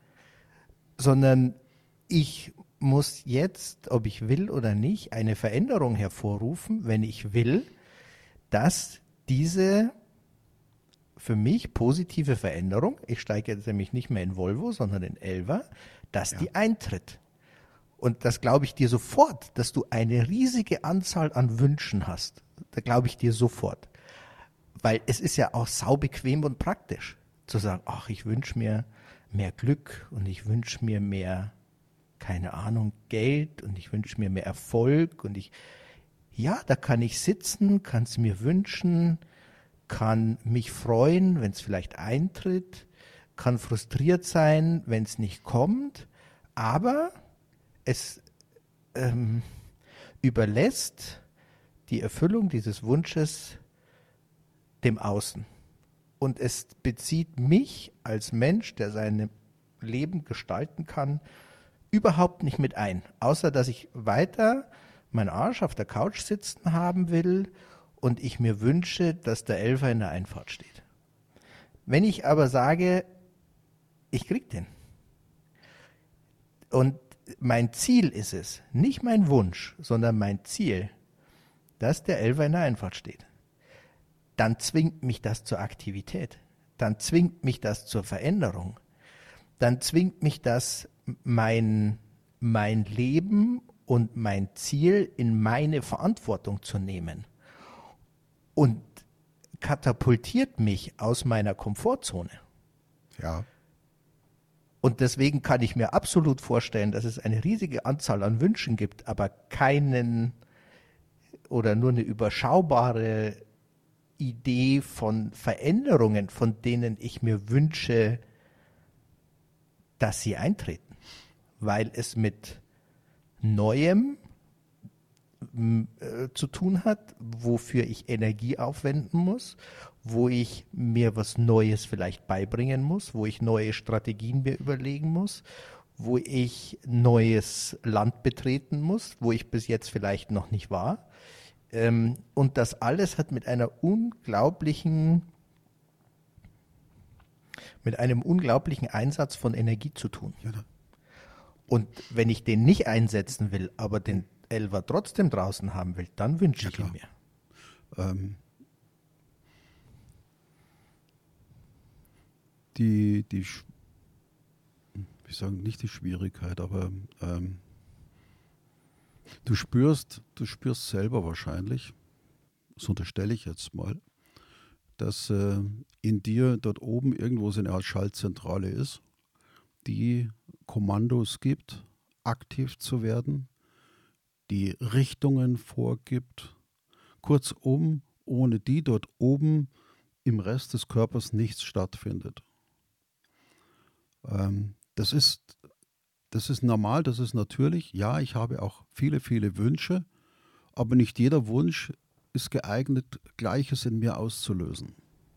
sondern ich muss jetzt, ob ich will oder nicht, eine Veränderung hervorrufen, wenn ich will, dass diese für mich positive Veränderung, ich steige jetzt nämlich nicht mehr in Volvo, sondern in Elva, dass ja. die eintritt. Und das glaube ich dir sofort, dass du eine riesige Anzahl an Wünschen hast. Da glaube ich dir sofort. Weil es ist ja auch saubequem und praktisch, zu sagen, ach, ich wünsche mir mehr Glück und ich wünsche mir mehr, keine Ahnung, Geld und ich wünsche mir mehr Erfolg und ich, Ja, da kann ich sitzen, kann es mir wünschen, kann mich freuen, wenn es vielleicht eintritt, kann frustriert sein, wenn es nicht kommt, aber es ähm, überlässt die Erfüllung dieses Wunsches dem Außen. Und es bezieht mich als Mensch, der sein Leben gestalten kann, überhaupt nicht mit ein. Außer, dass ich weiter meinen Arsch auf der Couch sitzen haben will und ich mir wünsche, dass der Elfer in der Einfahrt steht. Wenn ich aber sage, ich krieg den. Und mein Ziel ist es, nicht mein Wunsch, sondern mein Ziel, dass der Elfer in der Einfahrt steht. Dann zwingt mich das zur Aktivität. Dann zwingt mich das zur Veränderung. Dann zwingt mich das, mein, mein Leben und mein Ziel in meine Verantwortung zu nehmen. Und katapultiert mich aus meiner Komfortzone. Ja. Und deswegen kann ich mir absolut vorstellen, dass es eine riesige Anzahl an Wünschen gibt, aber keinen oder nur eine überschaubare Idee von Veränderungen, von denen ich mir wünsche, dass sie eintreten, weil es mit Neuem äh, zu tun hat, wofür ich Energie aufwenden muss, wo ich mir was Neues vielleicht beibringen muss, wo ich neue Strategien mir überlegen muss, wo ich neues Land betreten muss, wo ich bis jetzt vielleicht noch nicht war. Ähm, und das alles hat mit einer unglaublichen, mit einem unglaublichen Einsatz von Energie zu tun. Ja, ne? Und wenn ich den nicht einsetzen will, aber den Elfer trotzdem draußen haben will, dann wünsche Ja, ich ihn klar. mir. Ähm, die, die, Sch- ich sage nicht die Schwierigkeit, aber ähm, du spürst, du spürst selber wahrscheinlich, das unterstelle ich jetzt mal, dass äh, in dir dort oben irgendwo so eine Art Schaltzentrale ist, die Kommandos gibt, aktiv zu werden, die Richtungen vorgibt, kurzum, ohne die dort oben im Rest des Körpers nichts stattfindet. Ähm, das ist, das ist normal, das ist natürlich. Ja, ich habe auch viele, viele Wünsche, aber nicht jeder Wunsch ist geeignet, Gleiches in mir auszulösen.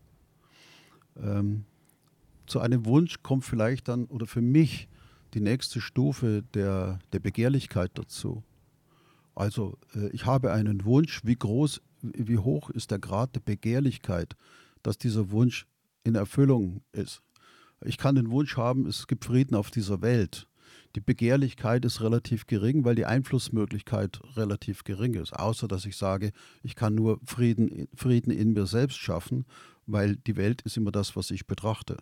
Ähm, zu einem Wunsch kommt vielleicht dann, oder für mich, die nächste Stufe der, der Begehrlichkeit dazu. Also äh, ich habe einen Wunsch, wie groß, wie hoch ist der Grad der Begehrlichkeit, dass dieser Wunsch in Erfüllung ist. Ich kann den Wunsch haben, es gibt Frieden auf dieser Welt. Die Begehrlichkeit ist relativ gering, weil die Einflussmöglichkeit relativ gering ist. Außer, dass ich sage, ich kann nur Frieden, Frieden in mir selbst schaffen, weil die Welt ist immer das, was ich betrachte.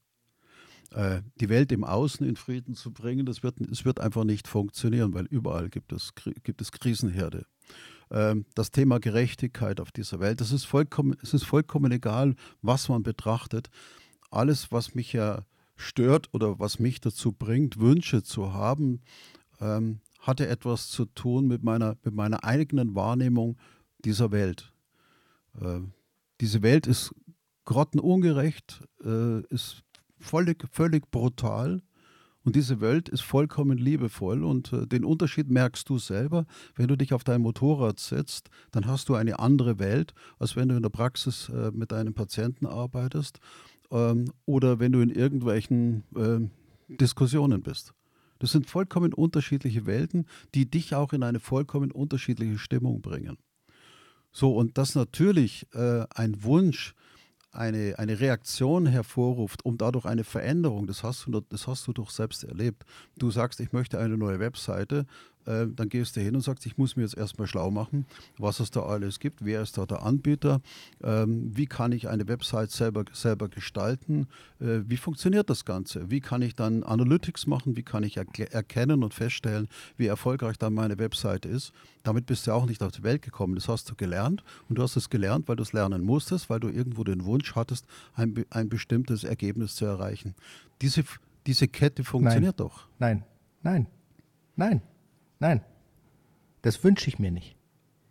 Äh, die Welt im Außen in Frieden zu bringen, das wird, das wird einfach nicht funktionieren, weil überall gibt es, gibt es Krisenherde. Ähm, das Thema Gerechtigkeit auf dieser Welt, das ist vollkommen, es ist vollkommen egal, was man betrachtet. Alles, was mich ja stört oder was mich dazu bringt, Wünsche zu haben, ähm, hatte etwas zu tun mit meiner, mit meiner eigenen Wahrnehmung dieser Welt. Äh, diese Welt ist grottenungerecht, äh, ist völlig, völlig brutal. Und diese Welt ist vollkommen liebevoll und äh, den Unterschied merkst du selber. Wenn du dich auf dein Motorrad setzt, dann hast du eine andere Welt, als wenn du in der Praxis äh, mit einem Patienten arbeitest ähm, oder wenn du in irgendwelchen äh, Diskussionen bist. Das sind vollkommen unterschiedliche Welten, die dich auch in eine vollkommen unterschiedliche Stimmung bringen. So, und dass natürlich äh, ein Wunsch eine, eine Reaktion hervorruft und dadurch eine Veränderung, das hast du, das hast du doch selbst erlebt. Du sagst, ich möchte eine neue Webseite, äh, dann gehst du hin und sagst, ich muss mir jetzt erstmal schlau machen, was es da alles gibt, wer ist da der Anbieter, ähm, wie kann ich eine Website selber, selber gestalten, äh, wie funktioniert das Ganze, wie kann ich dann Analytics machen, wie kann ich erkl- erkennen und feststellen, wie erfolgreich dann meine Webseite ist. Damit bist du auch nicht auf die Welt gekommen, das hast du gelernt und du hast es gelernt, weil du es lernen musstest, weil du irgendwo den Wunsch hattest, ein, ein bestimmtes Ergebnis zu erreichen. Diese, diese Kette funktioniert Nein, doch. nein, nein, nein, nein. Das wünsche ich mir nicht.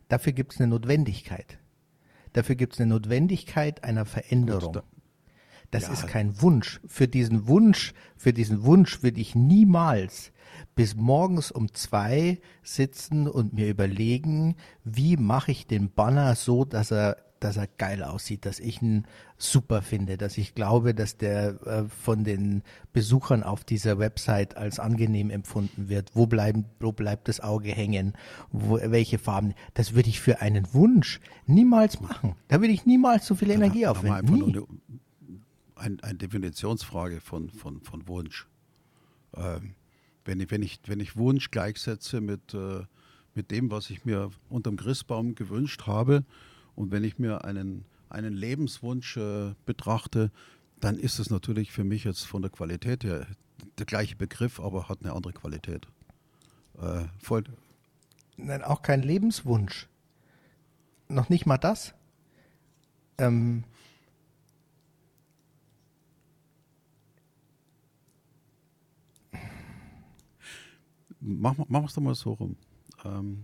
Dafür gibt es eine Notwendigkeit. Dafür gibt es eine Notwendigkeit einer Veränderung. Gut, da, das ja. ist kein Wunsch. Für diesen Wunsch, für diesen Wunsch würde ich niemals bis morgens um zwei sitzen und mir überlegen, wie mache ich den Banner so, dass er, dass er geil aussieht, dass ich ihn super finde, dass ich glaube, dass der äh, von den Besuchern auf dieser Website als angenehm empfunden wird. Wo bleiben, wo bleibt das Auge hängen? Wo, welche Farben? Das würde ich für einen Wunsch niemals machen. Da würde ich niemals so viel Energie da, da haben wir aufwenden. einfach Nie. nur eine, ein, eine Definitionsfrage von, von, von Wunsch. Ähm, wenn, ich, wenn, ich, wenn ich Wunsch gleichsetze mit, äh, mit dem, was ich mir unterm Christbaum gewünscht habe, und wenn ich mir einen, einen Lebenswunsch äh, betrachte, dann ist es natürlich für mich jetzt von der Qualität her der gleiche Begriff, aber hat eine andere Qualität. Äh, voll. Nein, auch kein Lebenswunsch. Noch nicht mal das. Ähm, Mach, mach es doch mal so rum. Ähm,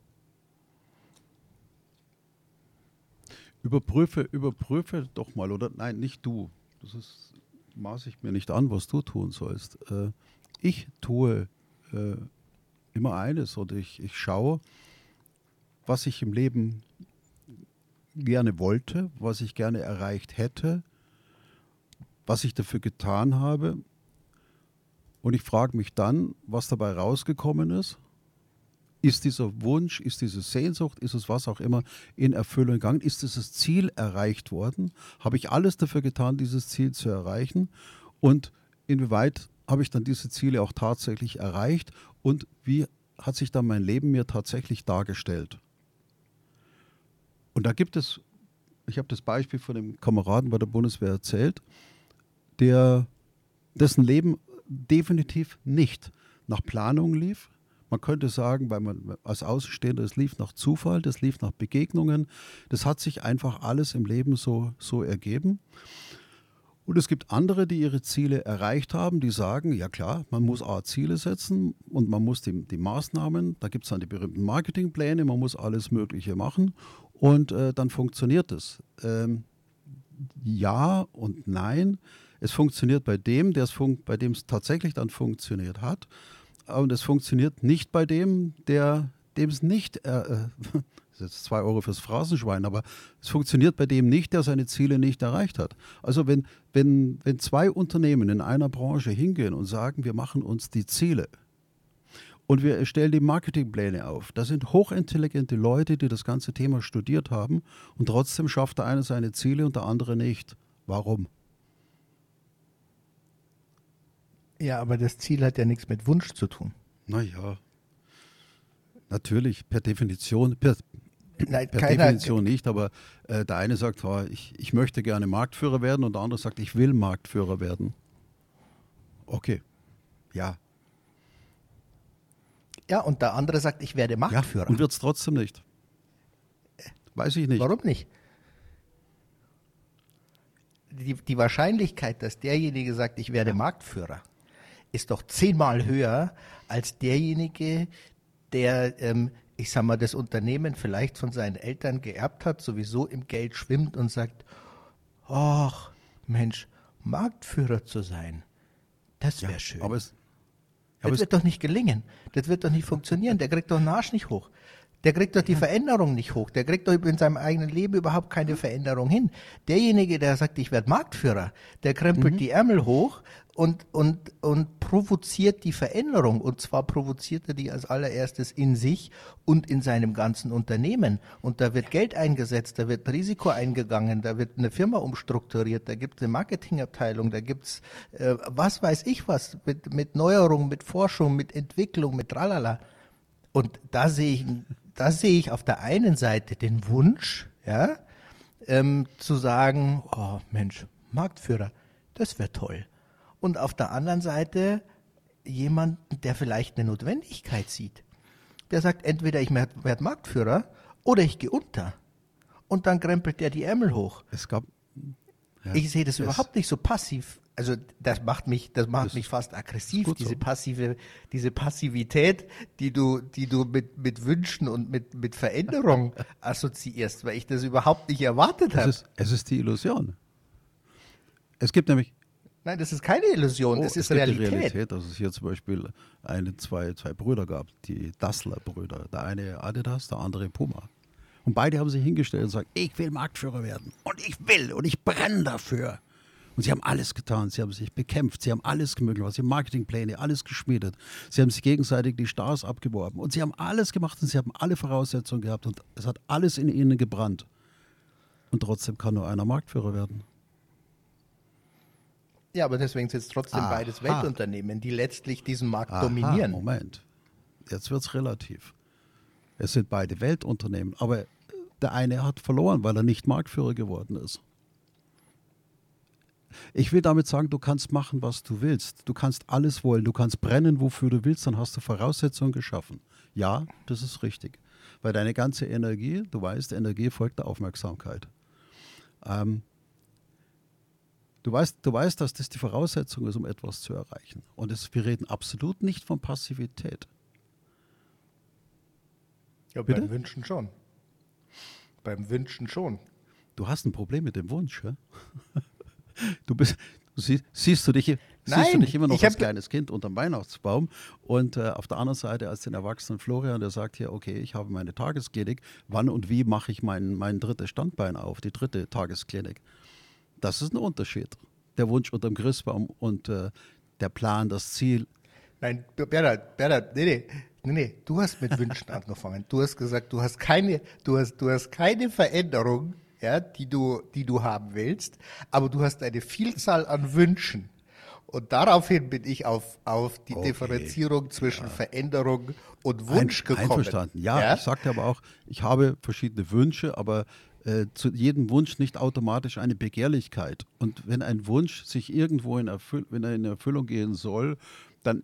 überprüfe, überprüfe doch mal, oder nein, nicht du. Das ist, maße ich mir nicht an, was du tun sollst. Äh, ich tue äh, immer eines, oder ich, ich schaue, was ich im Leben gerne wollte, was ich gerne erreicht hätte, was ich dafür getan habe. Und ich frage mich dann, was dabei rausgekommen ist. Ist dieser Wunsch, ist diese Sehnsucht, ist es was auch immer in Erfüllung gegangen? Ist dieses Ziel erreicht worden? Habe ich alles dafür getan, dieses Ziel zu erreichen? Und inwieweit habe ich dann diese Ziele auch tatsächlich erreicht? Und wie hat sich dann mein Leben mir tatsächlich dargestellt? Und da gibt es, ich habe das Beispiel von dem Kameraden bei der Bundeswehr erzählt, der, dessen Leben definitiv nicht nach Planung lief. Man könnte sagen, weil man als Außenstehender, es lief nach Zufall, das lief nach Begegnungen. Das hat sich einfach alles im Leben so, so ergeben. Und es gibt andere, die ihre Ziele erreicht haben, die sagen, ja klar, man muss A, Ziele setzen und man muss die, die Maßnahmen, da gibt es dann die berühmten Marketingpläne, man muss alles Mögliche machen und äh, dann funktioniert es. Ähm, ja und nein. Es funktioniert bei dem, der es fun- bei dem es tatsächlich dann funktioniert hat. Und es funktioniert nicht bei dem, der dem es nicht, äh, das ist jetzt zwei Euro fürs Phrasenschwein, aber es funktioniert bei dem nicht, der seine Ziele nicht erreicht hat. Also wenn, wenn, wenn zwei Unternehmen in einer Branche hingehen und sagen, wir machen uns die Ziele und wir stellen die Marketingpläne auf, das sind hochintelligente Leute, die das ganze Thema studiert haben und trotzdem schafft der eine seine Ziele und der andere nicht. Warum? ja, aber das Ziel hat ja nichts mit Wunsch zu tun. Naja, natürlich, per Definition, per, Nein, per keiner, Definition nicht, aber äh, der eine sagt, oh, ich, ich möchte gerne Marktführer werden und der andere sagt, ich will Marktführer werden. Okay, ja. Ja, und der andere sagt, ich werde Ja, Marktführer. und wird es trotzdem nicht. Weiß ich nicht. Warum nicht? Die, die Wahrscheinlichkeit, dass derjenige sagt, ich werde Marktführer, ist doch zehnmal höher als derjenige, der, ähm, ich sag mal, das Unternehmen vielleicht von seinen Eltern geerbt hat, sowieso im Geld schwimmt und sagt, ach Mensch, Marktführer zu sein, das wäre Ja, schön. aber es, aber Das es, wird doch nicht gelingen. Das wird doch nicht funktionieren. Der kriegt doch den Arsch nicht hoch. Der kriegt doch die Veränderung nicht hoch. Der kriegt doch in seinem eigenen Leben überhaupt keine Veränderung hin. Derjenige, der sagt, ich werde Marktführer, der krempelt Mhm. die Ärmel hoch und, und, und provoziert die Veränderung. Und zwar provoziert er die als allererstes in sich und in seinem ganzen Unternehmen. Und da wird Geld eingesetzt, da wird Risiko eingegangen, da wird eine Firma umstrukturiert, da gibt es eine Marketingabteilung, da gibt es äh, was weiß ich was mit, mit Neuerung, mit Forschung, mit Entwicklung, mit Tralala. Und da sehe ich, da sehe ich auf der einen Seite den Wunsch, ja, ähm, zu sagen, oh Mensch, Marktführer, das wäre toll. Und auf der anderen Seite jemanden, der vielleicht eine Notwendigkeit sieht. Der sagt, entweder ich werde Marktführer oder ich gehe unter. Und dann krempelt der die Ärmel hoch. es gab. Ja, Ich sehe das es- überhaupt nicht so passiv. Also das macht mich, das macht Das mich fast aggressiv, gut diese so. passive, diese Passivität, die du, die du mit, mit Wünschen und mit, mit Veränderung assoziierst, weil ich das überhaupt nicht erwartet Es habe. ist, es ist die Illusion. Es gibt nämlich, Nein, das ist keine Illusion, oh, das es ist gibt die Realität. Realität, dass es hier zum Beispiel eine, zwei, zwei Brüder gab, die Dassler-Brüder. Der eine Adidas, der andere Puma. Und beide haben sich hingestellt und gesagt, ich will Marktführer werden. Und ich will und ich brenne dafür. Und sie haben alles getan, sie haben sich bekämpft, sie haben alles gemöglich gemacht, sie haben Marketingpläne, alles geschmiedet. Sie haben sich gegenseitig die Stars abgeworben und sie haben alles gemacht und sie haben alle Voraussetzungen gehabt und es hat alles in ihnen gebrannt. Und trotzdem kann nur einer Marktführer werden. Ja, aber deswegen sind es trotzdem Aha. beides Weltunternehmen, die letztlich diesen Markt Aha, dominieren. Moment, jetzt wird es relativ. Es sind beide Weltunternehmen, aber der eine hat verloren, weil er nicht Marktführer geworden ist. Ich will damit sagen, du kannst machen, was du willst. Du kannst alles wollen. Du kannst brennen, wofür du willst. Dann hast du Voraussetzungen geschaffen. Ja, das ist richtig. Weil deine ganze Energie, du weißt, Energie folgt der Aufmerksamkeit. Ähm, du, weißt, du weißt, dass das die Voraussetzung ist, um etwas zu erreichen. Und das, wir reden absolut nicht von Passivität. Ja, Bitte? beim Wünschen schon. Beim Wünschen schon. Du hast ein Problem mit dem Wunsch, ja? Du bist, du siehst, siehst, du dich, siehst Nein, du dich immer noch ich hab- als kleines Kind unterm Weihnachtsbaum und äh, auf der anderen Seite als den erwachsenen Florian, der sagt hier, okay, ich habe meine Tagesklinik, wann und wie mache ich mein, mein drittes Standbein auf, die dritte Tagesklinik? Das ist ein Unterschied. Der Wunsch unterm Christbaum und äh, der Plan, das Ziel. Nein, Bernhard, Bernhard, nee, nee, nee, nee, du hast mit Wünschen angefangen. Du hast gesagt, du hast keine, du hast, du hast keine Veränderung, ja, die du, die du haben willst, aber du hast eine Vielzahl an Wünschen. Und daraufhin bin ich auf, auf die Okay, Differenzierung zwischen Veränderung und Wunsch Ein, gekommen. einverstanden. Ja, ich sagte aber auch, ich habe verschiedene Wünsche, aber äh, zu jedem Wunsch nicht automatisch eine Begehrlichkeit. Und wenn ein Wunsch sich irgendwo in Erfüll wenn er in Erfüllung gehen soll, dann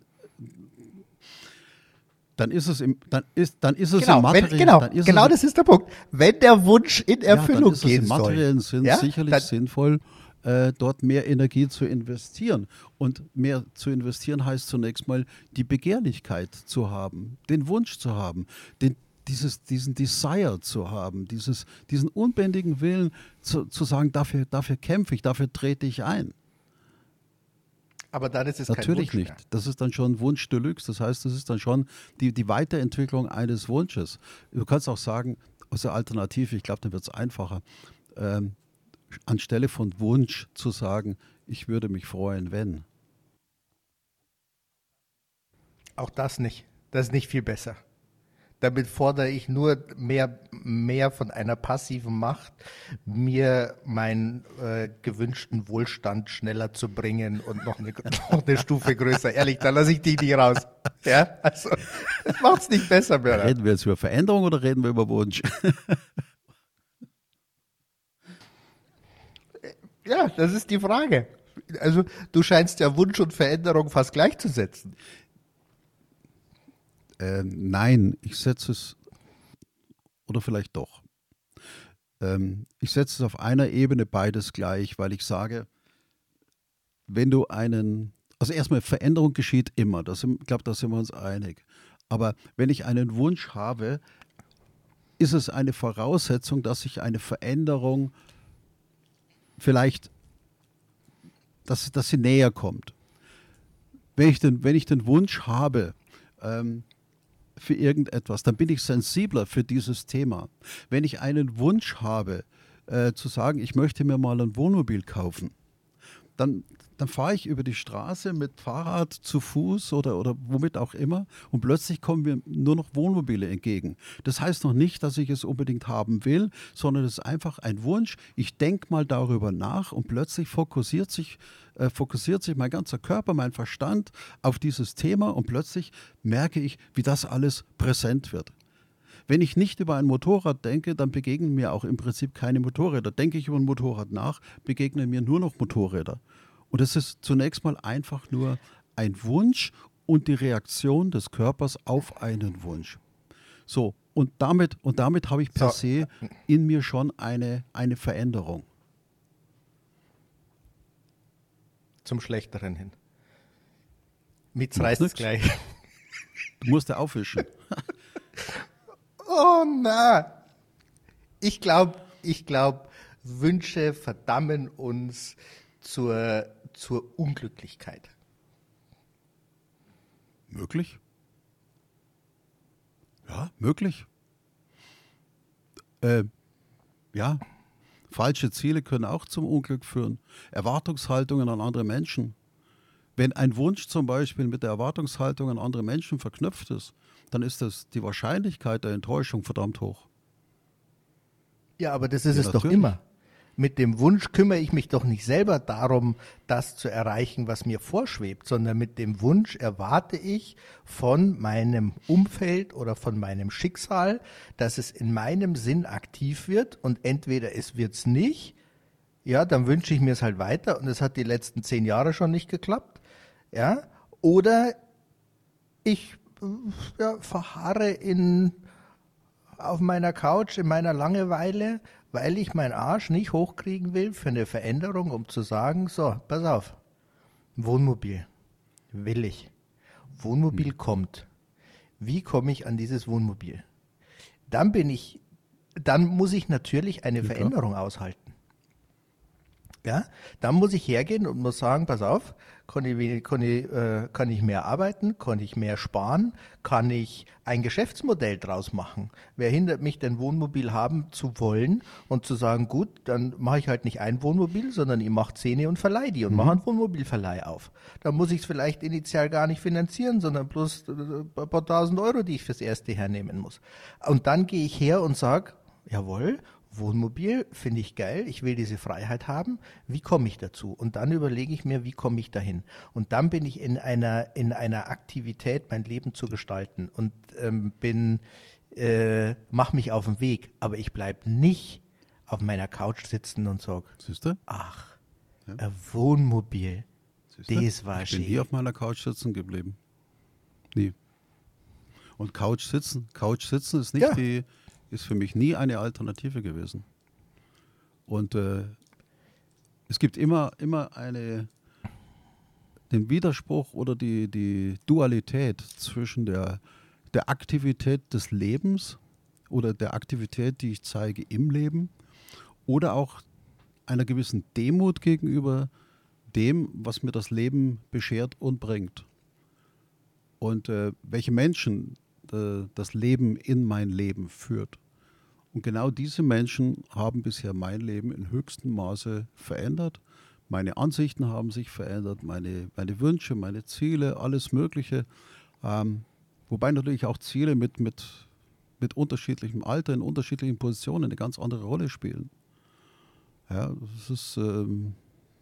dann ist es im, dann ist, dann ist es Genau, im materiellen, wenn, genau, dann ist genau es, das ist der Punkt. Wenn der Wunsch in ja, dann Erfüllung ist es gehen im soll, materiellen Sinn ja, sicherlich dann, sinnvoll, äh, dort mehr Energie zu investieren. Und mehr zu investieren heißt zunächst mal die Begehrlichkeit zu haben, den Wunsch zu haben, den, dieses, diesen Desire zu haben, dieses, diesen unbändigen Willen zu, zu sagen, dafür, dafür kämpfe ich, dafür trete ich ein. aber dann ist es Natürlich kein Wunsch nicht. mehr. Das ist dann schon Wunsch Deluxe. Das heißt, das ist dann schon die, die Weiterentwicklung eines Wunsches. Du kannst auch sagen, aus der Alternative, ich glaube, dann wird es einfacher, ähm, anstelle von Wunsch zu sagen, ich würde mich freuen, wenn. Auch das nicht. Das ist nicht viel besser. Damit fordere ich nur mehr, mehr von einer passiven Macht, mir meinen äh, gewünschten Wohlstand schneller zu bringen und noch eine, noch eine Stufe größer. Ehrlich, da lasse ich dich nicht raus. Ja, also, das macht es nicht besser, Bernhard. Reden wir jetzt über Veränderung oder reden wir über Wunsch? Ja, das ist die Frage. Also, du scheinst ja Wunsch und Veränderung fast gleichzusetzen. Ähm, nein, ich setze es, oder vielleicht doch. Ähm, ich setze es auf einer Ebene beides gleich, weil ich sage, wenn du einen, also erstmal Veränderung geschieht immer, das, ich glaube, da sind wir uns einig. Aber wenn ich einen Wunsch habe, ist es eine Voraussetzung, dass ich eine Veränderung vielleicht, dass, dass sie näher kommt. Wenn ich den, wenn ich den Wunsch habe, ähm, für irgendetwas, dann bin ich sensibler für dieses Thema. Wenn ich einen Wunsch habe, äh, zu sagen, ich möchte mir mal ein Wohnmobil kaufen, dann, dann fahre ich über die Straße mit Fahrrad, zu Fuß oder, oder womit auch immer und plötzlich kommen mir nur noch Wohnmobile entgegen. Das heißt noch nicht, dass ich es unbedingt haben will, sondern es ist einfach ein Wunsch. Ich denke mal darüber nach und plötzlich fokussiert sich, äh, fokussiert sich mein ganzer Körper, mein Verstand auf dieses Thema und plötzlich merke ich, wie das alles präsent wird. Wenn ich nicht über ein Motorrad denke, dann begegnen mir auch im Prinzip keine Motorräder. Denke ich über ein Motorrad nach, begegnen mir nur noch Motorräder. Und es ist zunächst mal einfach nur ein Wunsch und die Reaktion des Körpers auf einen Wunsch. So, und damit, und damit habe ich per So. se in mir schon eine, eine Veränderung. zum Schlechteren hin. Mitz reißt es gleich. Du musst ja aufwischen. Oh na. Ich glaube, ich glaube, Wünsche verdammen uns zur, zur Unglücklichkeit. Möglich? Ja, möglich. Äh, ja, falsche Ziele können auch zum Unglück führen. Erwartungshaltungen an andere Menschen. Wenn ein Wunsch zum Beispiel mit der Erwartungshaltung an andere Menschen verknüpft ist, dann ist das die Wahrscheinlichkeit der Enttäuschung verdammt hoch. Ja, aber das ist Ja, es doch natürlich. immer. Mit dem Wunsch kümmere ich mich doch nicht selber darum, das zu erreichen, was mir vorschwebt, sondern mit dem Wunsch erwarte ich von meinem Umfeld oder von meinem Schicksal, dass es in meinem Sinn aktiv wird und entweder es wird's nicht, ja, dann wünsche ich mir es halt weiter und es hat die letzten zehn Jahre schon nicht geklappt, ja, oder ich äh, ja, verharre in auf meiner Couch in meiner Langeweile, weil ich meinen Arsch nicht hochkriegen will für eine Veränderung, um zu sagen, so, pass auf, Wohnmobil, will ich. Wohnmobil Hm. kommt. Wie komme ich an dieses Wohnmobil? Dann bin ich, dann muss ich natürlich eine Ja, klar. Veränderung aushalten. Ja, dann muss ich hergehen und muss sagen, pass auf, kann ich, wenig- kann ich, äh, kann ich mehr arbeiten, kann ich mehr sparen, kann ich ein Geschäftsmodell draus machen. Wer hindert mich denn, Wohnmobil haben zu wollen und zu sagen, gut, dann mache ich halt nicht ein Wohnmobil, sondern ich mache Zähne und verleihe die und Mhm. mache einen Wohnmobilverleih auf. Dann muss ich es vielleicht initial gar nicht finanzieren, sondern bloß äh, ein paar tausend Euro, die ich fürs erste hernehmen muss. Und dann gehe ich her und sage, jawohl, Wohnmobil finde ich geil, ich will diese Freiheit haben, wie komme ich dazu? Und dann überlege ich mir, wie komme ich dahin? Und dann bin ich in einer, in einer Aktivität, mein Leben zu gestalten und ähm, bin, äh, mach mich auf den Weg, aber ich bleibe nicht auf meiner Couch sitzen und sage, Siehst du? ach, Ja. ein Wohnmobil, Siehst du? das war Ich bin schön. nie auf meiner Couch sitzen geblieben. Nie. Und Couch sitzen, Couch sitzen ist nicht Ja. die, ist für mich nie eine Alternative gewesen. Und äh, es gibt immer, immer eine, den Widerspruch oder die, die Dualität zwischen der, der Aktivität des Lebens oder der Aktivität, die ich zeige im Leben oder auch einer gewissen Demut gegenüber dem, was mir das Leben beschert und bringt. Und äh, welche Menschen äh, das Leben in mein Leben führt. Und genau diese Menschen haben bisher mein Leben in höchstem Maße verändert. Meine Ansichten haben sich verändert, meine, meine Wünsche, meine Ziele, alles Mögliche. Ähm, wobei natürlich auch Ziele mit, mit, mit unterschiedlichem Alter, in unterschiedlichen Positionen eine ganz andere Rolle spielen. Ja, das ist, ähm,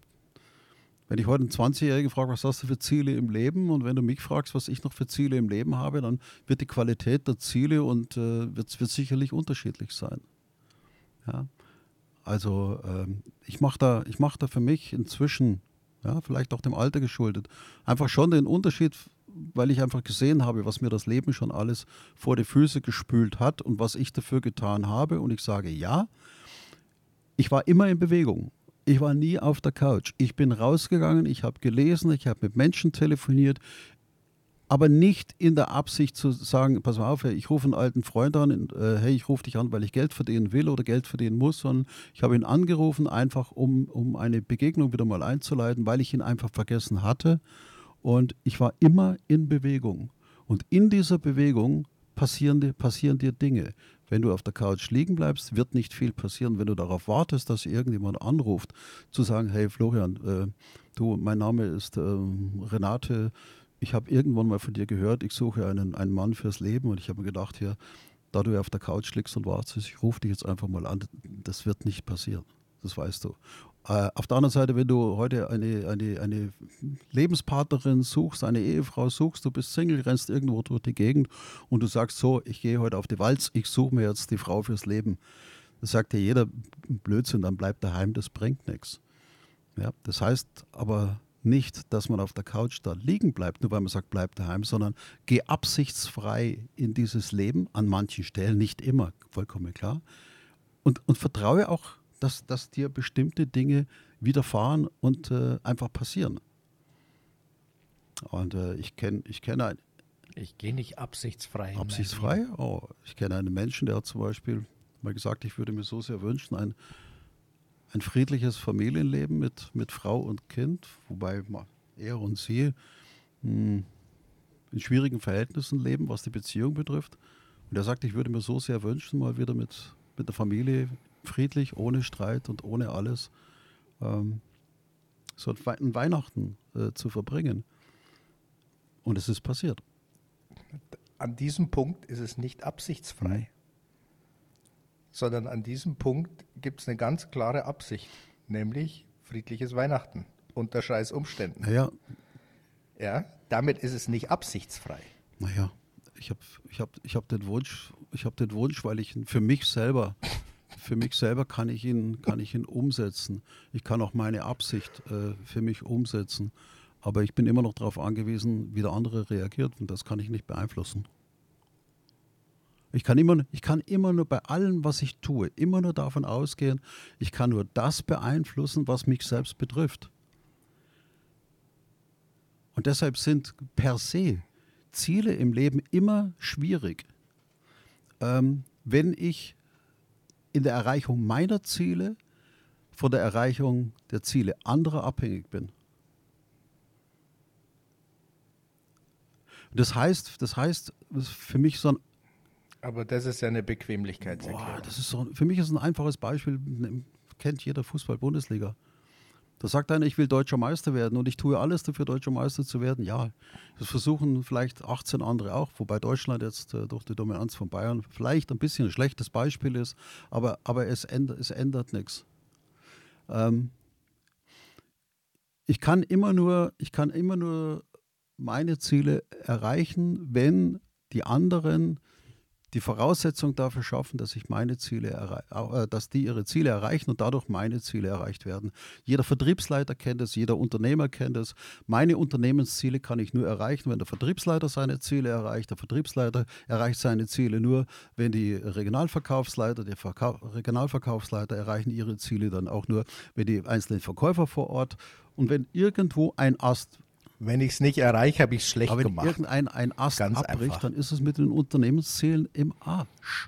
wenn ich heute einen zwanzigjährigen frage, was hast du für Ziele im Leben? Und wenn du mich fragst, was ich noch für Ziele im Leben habe, dann wird die Qualität der Ziele und äh, wird, wird sicherlich unterschiedlich sein. Ja, also ähm, ich mache da, ich mach da für mich inzwischen, ja, vielleicht auch dem Alter geschuldet, einfach schon den Unterschied, weil ich einfach gesehen habe, was mir das Leben schon alles vor die Füße gespült hat und was ich dafür getan habe. Und ich sage, ja, ich war immer in Bewegung. Ich war nie auf der Couch. Ich bin rausgegangen, ich habe gelesen, ich habe mit Menschen telefoniert, aber nicht in der Absicht zu sagen, pass mal auf, hey, ich rufe einen alten Freund an, äh, hey, ich rufe dich an, weil ich Geld verdienen will oder Geld verdienen muss, sondern ich habe ihn angerufen, einfach um, um eine Begegnung wieder mal einzuleiten, weil ich ihn einfach vergessen hatte. Und ich war immer in Bewegung. Und in dieser Bewegung passieren, dir- passieren dir Dinge. Wenn du auf der Couch liegen bleibst, wird nicht viel passieren. Wenn du darauf wartest, dass irgendjemand anruft, zu sagen, hey Florian, äh, du, mein Name ist ähm, Renate, ich habe irgendwann mal von dir gehört, ich suche einen, einen Mann fürs Leben und ich habe mir gedacht, hier, da du ja auf der Couch liegst und wartest, ich rufe dich jetzt einfach mal an. Das wird nicht passieren, das weißt du. Äh, auf der anderen Seite, wenn du heute eine, eine, eine Lebenspartnerin suchst, eine Ehefrau suchst, du bist Single, rennst irgendwo durch die Gegend und du sagst so, ich gehe heute auf die Walz, ich suche mir jetzt die Frau fürs Leben. Das sagt dir jeder Blödsinn, dann bleib daheim, das bringt nichts. Ja, das heißt aber nicht, dass man auf der Couch da liegen bleibt, nur weil man sagt, bleib daheim, sondern geh absichtsfrei in dieses Leben, an manchen Stellen, nicht immer, vollkommen klar. Und, und vertraue auch, dass, dass dir bestimmte Dinge widerfahren und äh, einfach passieren. Und äh, ich kenne ich kenn ein, Ich gehe nicht absichtsfrei. absichtsfrei. Oh, ich kenne einen Menschen, der hat zum Beispiel mal gesagt, ich würde mir so sehr wünschen, ein, ein friedliches Familienleben mit, mit Frau und Kind, wobei er und sie mh, in schwierigen Verhältnissen leben, was die Beziehung betrifft. Und er sagt, ich würde mir so sehr wünschen, mal wieder mit, mit der Familie friedlich, ohne Streit und ohne alles, ähm, so ein Weihnachten äh, zu verbringen. Und es ist passiert. An diesem Punkt ist es nicht absichtsfrei, mhm. sondern an diesem Punkt gibt es eine ganz klare Absicht, nämlich friedliches Weihnachten unter scheiß Umständen. Naja. Ja, damit ist es nicht absichtsfrei. Naja, ich habe ich hab, ich hab den Wunsch, ich habe den Wunsch, weil ich ihn für mich selber, für mich selber kann ich ihn, kann ich ihn umsetzen. Ich kann auch meine Absicht äh, für mich umsetzen. Aber ich bin immer noch darauf angewiesen, wie der andere reagiert, und das kann ich nicht beeinflussen. Ich kann immer, ich kann immer nur bei allem, was ich tue, immer nur davon ausgehen, ich kann nur das beeinflussen, was mich selbst betrifft. Und deshalb sind per se Ziele im Leben immer schwierig. Ähm, wenn ich in der Erreichung meiner Ziele von der Erreichung der Ziele anderer abhängig bin. Das heißt, das heißt, das ist für mich so ein. Aber das ist ja eine Bequemlichkeitserklärung. Boah, das ist so, für mich ist ein einfaches Beispiel, kennt jeder Fußball-Bundesliga. Da sagt einer, ich will deutscher Meister werden und ich tue alles dafür, deutscher Meister zu werden. Ja, das versuchen vielleicht achtzehn andere auch, wobei Deutschland jetzt äh, durch die Dominanz von Bayern vielleicht ein bisschen ein schlechtes Beispiel ist, aber, aber es, ändert, es ändert nichts. Ähm, ich kann immer nur, ich kann immer nur meine Ziele erreichen, wenn die anderen die Voraussetzung dafür schaffen, dass ich meine Ziele errei- äh, dass die ihre Ziele erreichen und dadurch meine Ziele erreicht werden. Jeder Vertriebsleiter kennt es, jeder Unternehmer kennt es. Meine Unternehmensziele kann ich nur erreichen, wenn der Vertriebsleiter seine Ziele erreicht. Der Vertriebsleiter erreicht seine Ziele nur, wenn die Regionalverkaufsleiter, die Verkau- Regionalverkaufsleiter erreichen ihre Ziele dann auch nur, wenn die einzelnen Verkäufer vor Ort und wenn irgendwo ein Ast. Wenn ich es nicht erreiche, habe ich es schlecht Aber wenn gemacht. irgendein ein Ast Ganz abbricht, einfach. dann ist es mit den Unternehmenszielen im Arsch.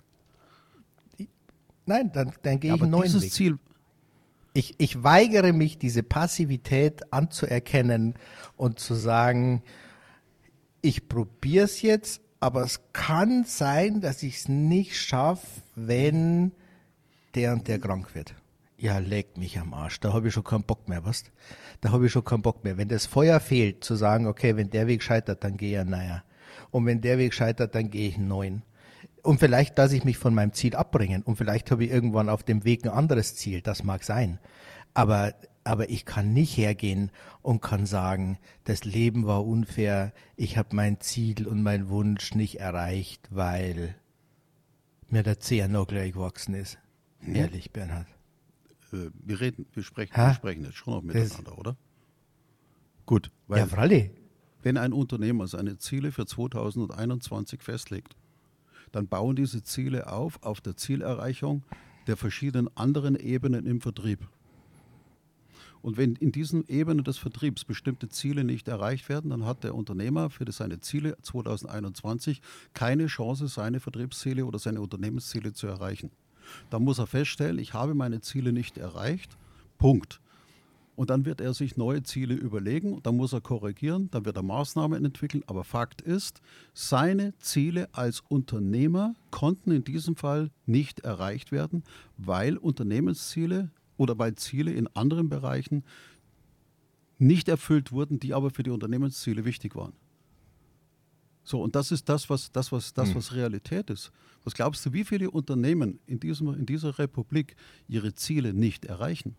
Nein, dann, dann gehe Ja, ich einen neuen dieses Weg. Ziel. Ich, ich weigere mich, diese Passivität anzuerkennen und zu sagen, ich probiere es jetzt, aber es kann sein, dass ich es nicht schaffe, wenn der und der krank wird. Ja, leckt mich am Arsch. Da habe ich schon keinen Bock mehr, was? Da habe ich schon keinen Bock mehr. Wenn das Feuer fehlt, zu sagen, okay, wenn der Weg scheitert, dann gehe ich einen naja. Und wenn der Weg scheitert, dann gehe ich einen neuen. Und vielleicht lasse ich mich von meinem Ziel abbringen. Und vielleicht habe ich irgendwann auf dem Weg ein anderes Ziel. Das mag sein. Aber, aber ich kann nicht hergehen und kann sagen, das Leben war unfair. Ich habe mein Ziel und meinen Wunsch nicht erreicht, weil mir der Zeher noch gleich gewachsen ist. Hm. Ehrlich, Bernhard. Wir reden, wir sprechen, wir sprechen jetzt schon noch miteinander, das, oder? Gut. Weil ja, freilich. Wenn ein Unternehmer seine Ziele für zweitausendeinundzwanzig festlegt, dann bauen diese Ziele auf auf der Zielerreichung der verschiedenen anderen Ebenen im Vertrieb. Und wenn in diesen Ebenen des Vertriebs bestimmte Ziele nicht erreicht werden, dann hat der Unternehmer für seine Ziele zweitausendeinundzwanzig keine Chance, seine Vertriebsziele oder seine Unternehmensziele zu erreichen. Da muss er feststellen, ich habe meine Ziele nicht erreicht, Punkt. Und dann wird er sich neue Ziele überlegen, dann muss er korrigieren, dann wird er Maßnahmen entwickeln. Aber Fakt ist, seine Ziele als Unternehmer konnten in diesem Fall nicht erreicht werden, weil Unternehmensziele oder weil Ziele in anderen Bereichen nicht erfüllt wurden, die aber für die Unternehmensziele wichtig waren. So, und das ist das, was, das, was, das, was Realität ist. Was glaubst du, wie viele Unternehmen in, diesem, in dieser Republik ihre Ziele nicht erreichen?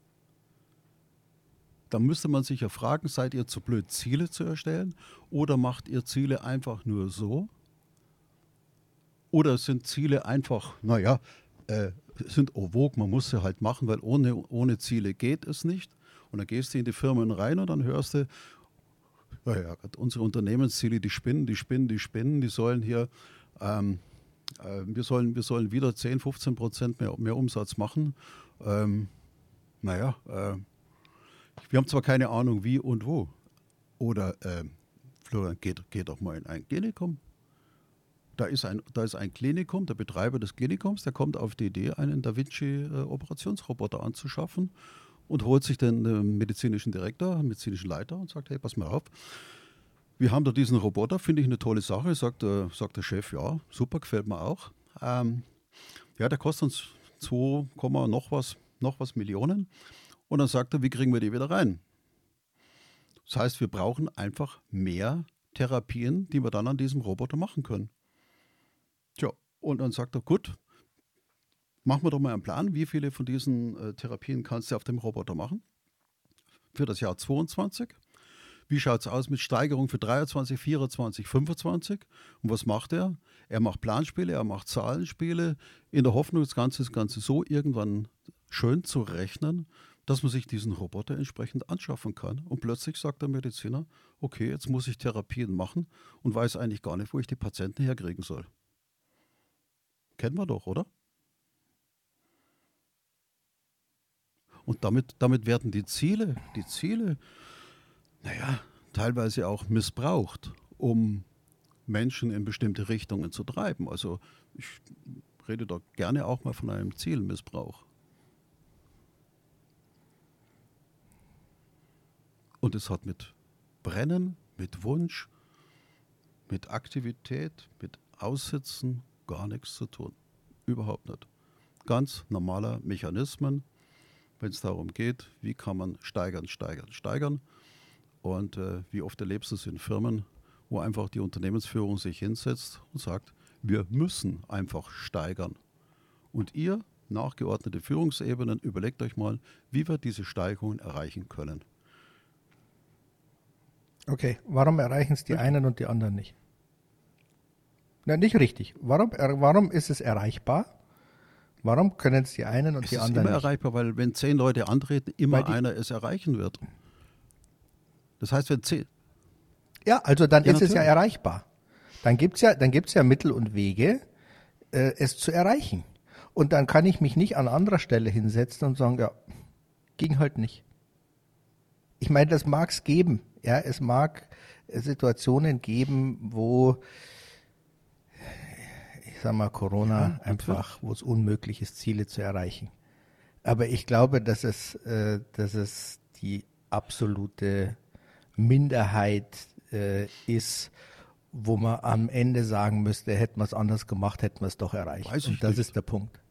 Da müsste man sich ja fragen, seid ihr zu blöd, Ziele zu erstellen? Oder macht ihr Ziele einfach nur so? Oder sind Ziele einfach, naja, äh, sind au vogue, man muss sie halt machen, weil ohne, ohne Ziele geht es nicht. Und dann gehst du in die Firmen rein und dann hörst du, ja, ja, unsere Unternehmensziele, die spinnen, die spinnen, die spinnen, die sollen hier, ähm, äh, wir, sollen, wir sollen wieder zehn, fünfzehn Prozent mehr, mehr Umsatz machen. Ähm, naja, äh, wir haben zwar keine Ahnung wie und wo. Oder äh, Florian, geh, geh doch mal in ein Klinikum. Da ist, ein, da ist ein Klinikum, der Betreiber des Klinikums, der kommt auf die Idee, einen Da Vinci-Operationsroboter anzuschaffen und holt sich den äh, medizinischen Direktor, medizinischen Leiter und sagt, hey, pass mal auf, wir haben da diesen Roboter, finde ich eine tolle Sache, sagt, äh, sagt der Chef, ja, super, gefällt mir auch. Ähm, ja, der kostet uns zwei, noch was, noch was Millionen. Und dann sagt er, wie kriegen wir die wieder rein? Das heißt, wir brauchen einfach mehr Therapien, die wir dann an diesem Roboter machen können. Tja, und dann sagt er, gut, machen wir doch mal einen Plan, wie viele von diesen äh, Therapien kannst du auf dem Roboter machen für das Jahr zweiundzwanzig. Wie schaut es aus mit Steigerung für dreiundzwanzig, vierundzwanzig, fünfundzwanzig? Und was macht er? Er macht Planspiele, er macht Zahlenspiele, in der Hoffnung, das Ganze, das Ganze so irgendwann schön zu rechnen, dass man sich diesen Roboter entsprechend anschaffen kann. Und plötzlich sagt der Mediziner, okay, jetzt muss ich Therapien machen und weiß eigentlich gar nicht, wo ich die Patienten herkriegen soll. Kennen wir doch, oder? Und damit, damit werden die Ziele, die Ziele, naja, teilweise auch missbraucht, um Menschen in bestimmte Richtungen zu treiben. Also ich rede da gerne auch mal von einem Zielmissbrauch. Und es hat mit Brennen, mit Wunsch, mit Aktivität, mit Aussitzen gar nichts zu tun. Überhaupt nicht. Ganz normaler Mechanismen, wenn es darum geht, wie kann man steigern, steigern, steigern. Und äh, wie oft erlebst du es in Firmen, wo einfach die Unternehmensführung sich hinsetzt und sagt, wir müssen einfach steigern. Und ihr, nachgeordnete Führungsebenen, überlegt euch mal, wie wir diese Steigerungen erreichen können. Okay, warum erreichen es die richtig. einen und die anderen nicht? Na, nicht richtig. Warum, warum ist es erreichbar? Warum können es die einen und es die ist anderen immer nicht? erreichbar, weil wenn zehn Leute antreten, immer die, einer es erreichen wird. Das heißt, wenn zehn... Ja, also dann ja, ist natürlich. es ja erreichbar. Dann gibt es ja, dann gibt's ja Mittel und Wege, äh, es zu erreichen. Und dann kann ich mich nicht an anderer Stelle hinsetzen und sagen, ja, ging halt nicht. Ich meine, das mag es geben. Ja, es mag Situationen geben, wo, ich sag mal, Corona Ja, einfach, wo es unmöglich ist, Ziele zu erreichen. Aber ich glaube, dass es, äh, dass es die absolute Minderheit äh, ist, wo man am Ende sagen müsste, hätten wir es anders gemacht, hätten wir es doch erreicht. Weiß ich Und das nicht. ist der Punkt.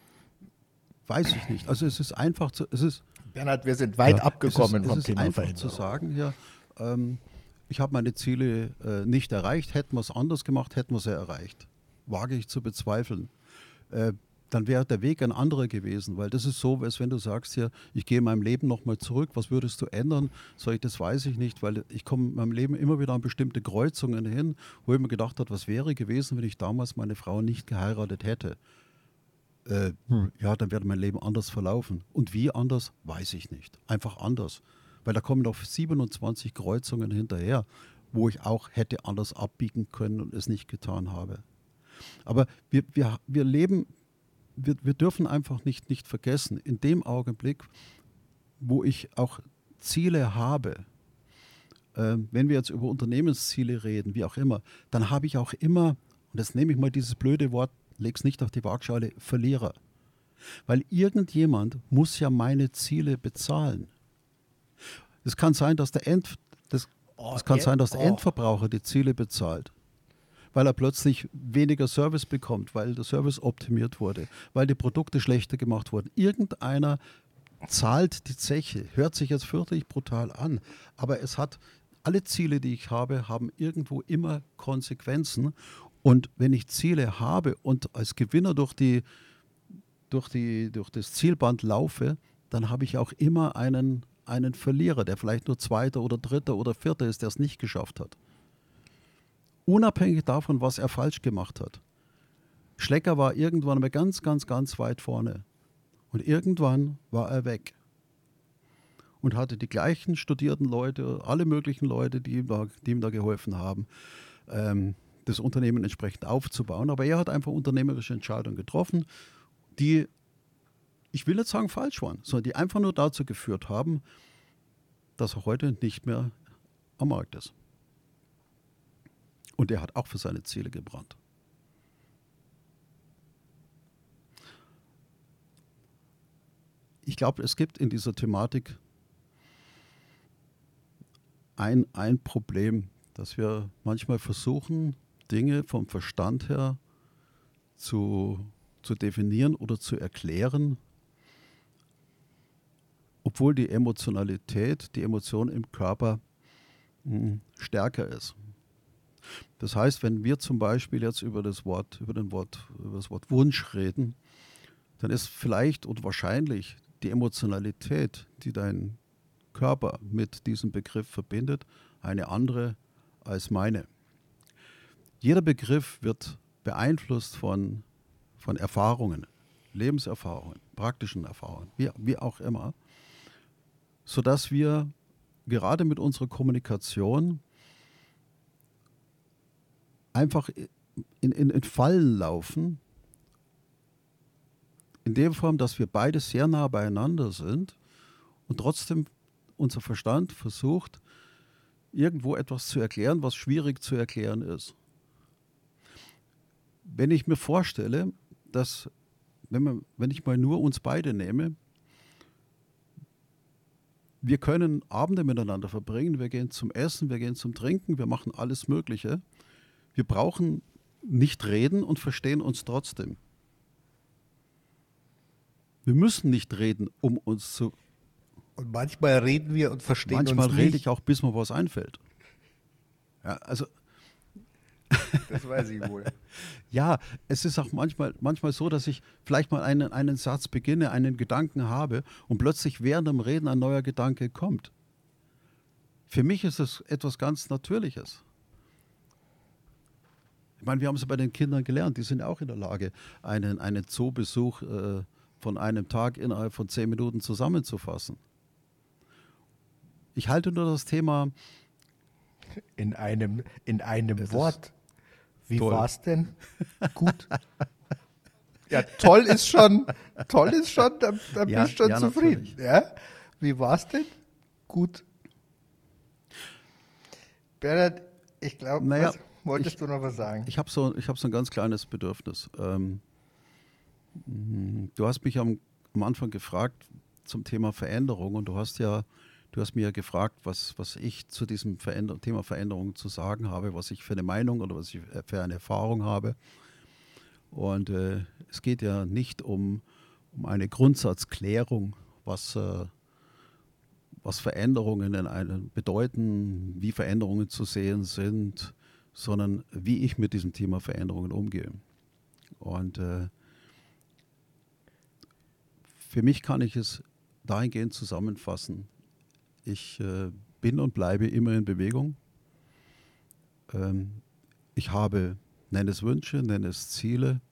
Weiß ich nicht. Also es ist einfach zu, es ist Bernhard, wir sind weit ja, abgekommen es ist, vom es ist Thema einfach Veränderung. zu sagen, ja, ähm, ich habe meine Ziele äh, nicht erreicht, hätten wir es anders gemacht, hätten wir sie erreicht. Wage ich zu bezweifeln. Äh, dann wäre der Weg ein anderer gewesen, weil das ist so, als wenn du sagst, ja, ich gehe in meinem Leben nochmal zurück, was würdest du ändern? Sag ich, das weiß ich nicht, weil ich komme in meinem Leben immer wieder an bestimmte Kreuzungen hin, wo ich mir gedacht habe, was wäre gewesen, wenn ich damals meine Frau nicht geheiratet hätte? Äh, hm. Ja, dann wäre mein Leben anders verlaufen. Und wie anders, weiß ich nicht. Einfach anders. Weil da kommen noch siebenundzwanzig Kreuzungen hinterher, wo ich auch hätte anders abbiegen können und es nicht getan habe. Aber wir, wir, wir leben, wir, wir dürfen einfach nicht, nicht vergessen, in dem Augenblick, wo ich auch Ziele habe, äh, wenn wir jetzt über Unternehmensziele reden, wie auch immer, dann habe ich auch immer, und jetzt nehme ich mal dieses blöde Wort, leg's nicht auf die Waagschale, Verlierer. Weil irgendjemand muss ja meine Ziele bezahlen. Es kann sein, dass der, End, das, Oh, es kann yeah. sein, dass der oh. Endverbraucher die Ziele bezahlt, weil er plötzlich weniger Service bekommt, weil der Service optimiert wurde, weil die Produkte schlechter gemacht wurden. Irgendeiner zahlt die Zeche. Hört sich jetzt fürchterlich brutal an, aber es hat, alle Ziele, die ich habe, haben irgendwo immer Konsequenzen. Und wenn ich Ziele habe und als Gewinner durch, die, durch, die, durch das Zielband laufe, dann habe ich auch immer einen, einen Verlierer, der vielleicht nur Zweiter oder Dritter oder Vierter ist, der es nicht geschafft hat. Unabhängig davon, was er falsch gemacht hat. Schlecker war irgendwann mal ganz, ganz, ganz weit vorne. Und irgendwann war er weg. Und hatte die gleichen studierten Leute, alle möglichen Leute, die ihm da, die ihm da geholfen haben, ähm, das Unternehmen entsprechend aufzubauen. Aber er hat einfach unternehmerische Entscheidungen getroffen, die, ich will nicht sagen falsch waren, sondern die einfach nur dazu geführt haben, dass er heute nicht mehr am Markt ist. Und er hat auch für seine Ziele gebrannt. Ich glaube, es gibt in dieser Thematik ein, ein Problem, dass wir manchmal versuchen, Dinge vom Verstand her zu, zu definieren oder zu erklären, obwohl die Emotionalität, die Emotion im Körper mh, stärker ist. Das heißt, wenn wir zum Beispiel jetzt über das Wort, über den Wort, über das Wort Wunsch reden, dann ist vielleicht und wahrscheinlich die Emotionalität, die dein Körper mit diesem Begriff verbindet, eine andere als meine. Jeder Begriff wird beeinflusst von, von Erfahrungen, Lebenserfahrungen, praktischen Erfahrungen, wie, wie auch immer, sodass wir gerade mit unserer Kommunikation einfach in, in, in Fallen laufen, in der Form, dass wir beide sehr nah beieinander sind und trotzdem unser Verstand versucht, irgendwo etwas zu erklären, was schwierig zu erklären ist. Wenn ich mir vorstelle, dass, wenn, man, wenn ich mal nur uns beide nehme, wir können Abende miteinander verbringen, wir gehen zum Essen, wir gehen zum Trinken, wir machen alles Mögliche. Wir brauchen nicht reden und verstehen uns trotzdem. Wir müssen nicht reden, um uns zu... Und manchmal reden wir und verstehen uns nicht. Manchmal rede ich auch, bis mir was einfällt. Ja, also... Das weiß ich wohl. Ja, es ist auch manchmal, manchmal so, dass ich vielleicht mal einen, einen Satz beginne, einen Gedanken habe und plötzlich während dem Reden ein neuer Gedanke kommt. Für mich ist es etwas ganz Natürliches. Ich meine, wir haben es bei den Kindern gelernt, die sind auch in der Lage, einen, einen Zoobesuch äh, von einem Tag innerhalb von zehn Minuten zusammenzufassen. Ich halte nur das Thema... In einem, in einem Wort. Wie toll. war's denn? Gut. Ja, toll ist schon, toll ist schon, da, da Ja, bist du schon ja, zufrieden. natürlich. Ja? Wie war's denn? Gut. Bernhard, ich glaube, Naja, was wolltest ich, du noch was sagen? Ich habe so, ich hab so ein ganz kleines Bedürfnis. Ähm, du hast mich am, am Anfang gefragt zum Thema Veränderung und du hast ja, du hast mir ja gefragt, was, was ich zu diesem Veränder- Thema Veränderung zu sagen habe, was ich für eine Meinung oder was ich für eine Erfahrung habe. Und äh, es geht ja nicht um, um eine Grundsatzklärung, was, äh, was Veränderungen in einem bedeuten, wie Veränderungen zu sehen sind, sondern wie ich mit diesem Thema Veränderungen umgehe. Und äh, für mich kann ich es dahingehend zusammenfassen. Ich äh, bin und bleibe immer in Bewegung. Ähm, ich habe, nenne es Wünsche, nenne es Ziele,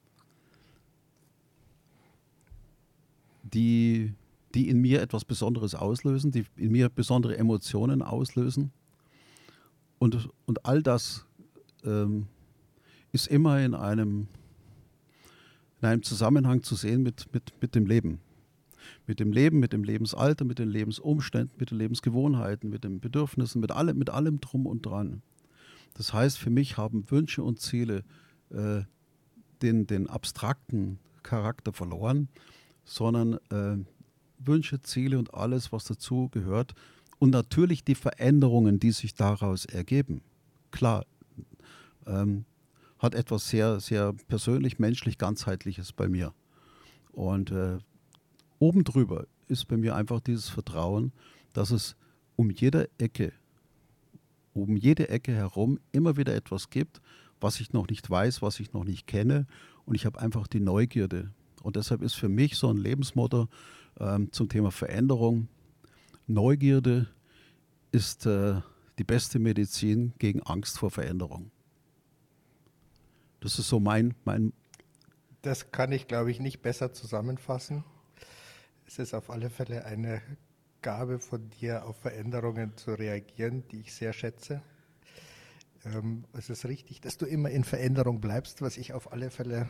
die, die in mir etwas Besonderes auslösen, die in mir besondere Emotionen auslösen. Und, und all das ähm, ist immer in einem, in einem Zusammenhang zu sehen mit, mit, mit dem Leben. Mit dem Leben, mit dem Lebensalter, mit den Lebensumständen, mit den Lebensgewohnheiten, mit den Bedürfnissen, mit allem, mit allem drum und dran. Das heißt, für mich haben Wünsche und Ziele äh, den, den abstrakten Charakter verloren, sondern äh, Wünsche, Ziele und alles, was dazu gehört und natürlich die Veränderungen, die sich daraus ergeben. Klar, ähm, hat etwas sehr, sehr persönlich, menschlich, ganzheitliches bei mir. Und äh, oben drüber ist bei mir einfach dieses Vertrauen, dass es um jede Ecke, um jede Ecke herum immer wieder etwas gibt, was ich noch nicht weiß, was ich noch nicht kenne. Und ich habe einfach die Neugierde. Und deshalb ist für mich so ein Lebensmotto ähm, zum Thema Veränderung: Neugierde ist äh, die beste Medizin gegen Angst vor Veränderung. Das ist so mein, mein Das kann ich, glaube ich, nicht besser zusammenfassen. Es ist auf alle Fälle eine Gabe von dir, auf Veränderungen zu reagieren, die ich sehr schätze. Ähm, es ist richtig, dass du immer in Veränderung bleibst, was ich auf alle Fälle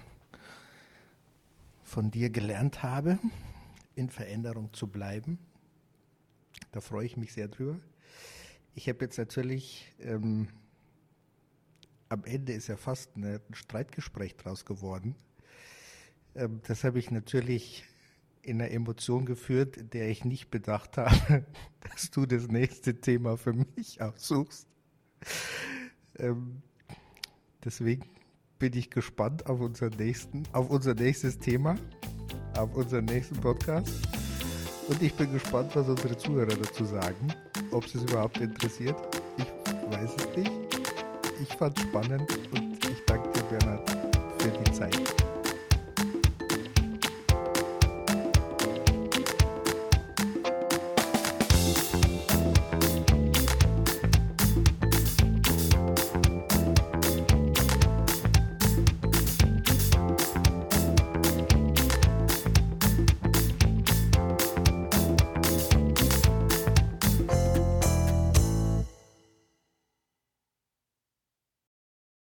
von dir gelernt habe, in Veränderung zu bleiben. Da freue ich mich sehr drüber. Ich habe jetzt natürlich ähm, am Ende ist ja fast eine, ein Streitgespräch draus geworden. Ähm, das habe ich natürlich in einer Emotion geführt, in der ich nicht bedacht habe, dass du das nächste Thema für mich aussuchst. Ähm, deswegen bin ich gespannt auf unseren nächsten, auf unser nächstes Thema, auf unseren nächsten Podcast. Und ich bin gespannt, was unsere Zuhörer dazu sagen, ob es es überhaupt interessiert. Ich weiß es nicht. Ich fand es spannend und ich danke dir, Bernhard, für die Zeit.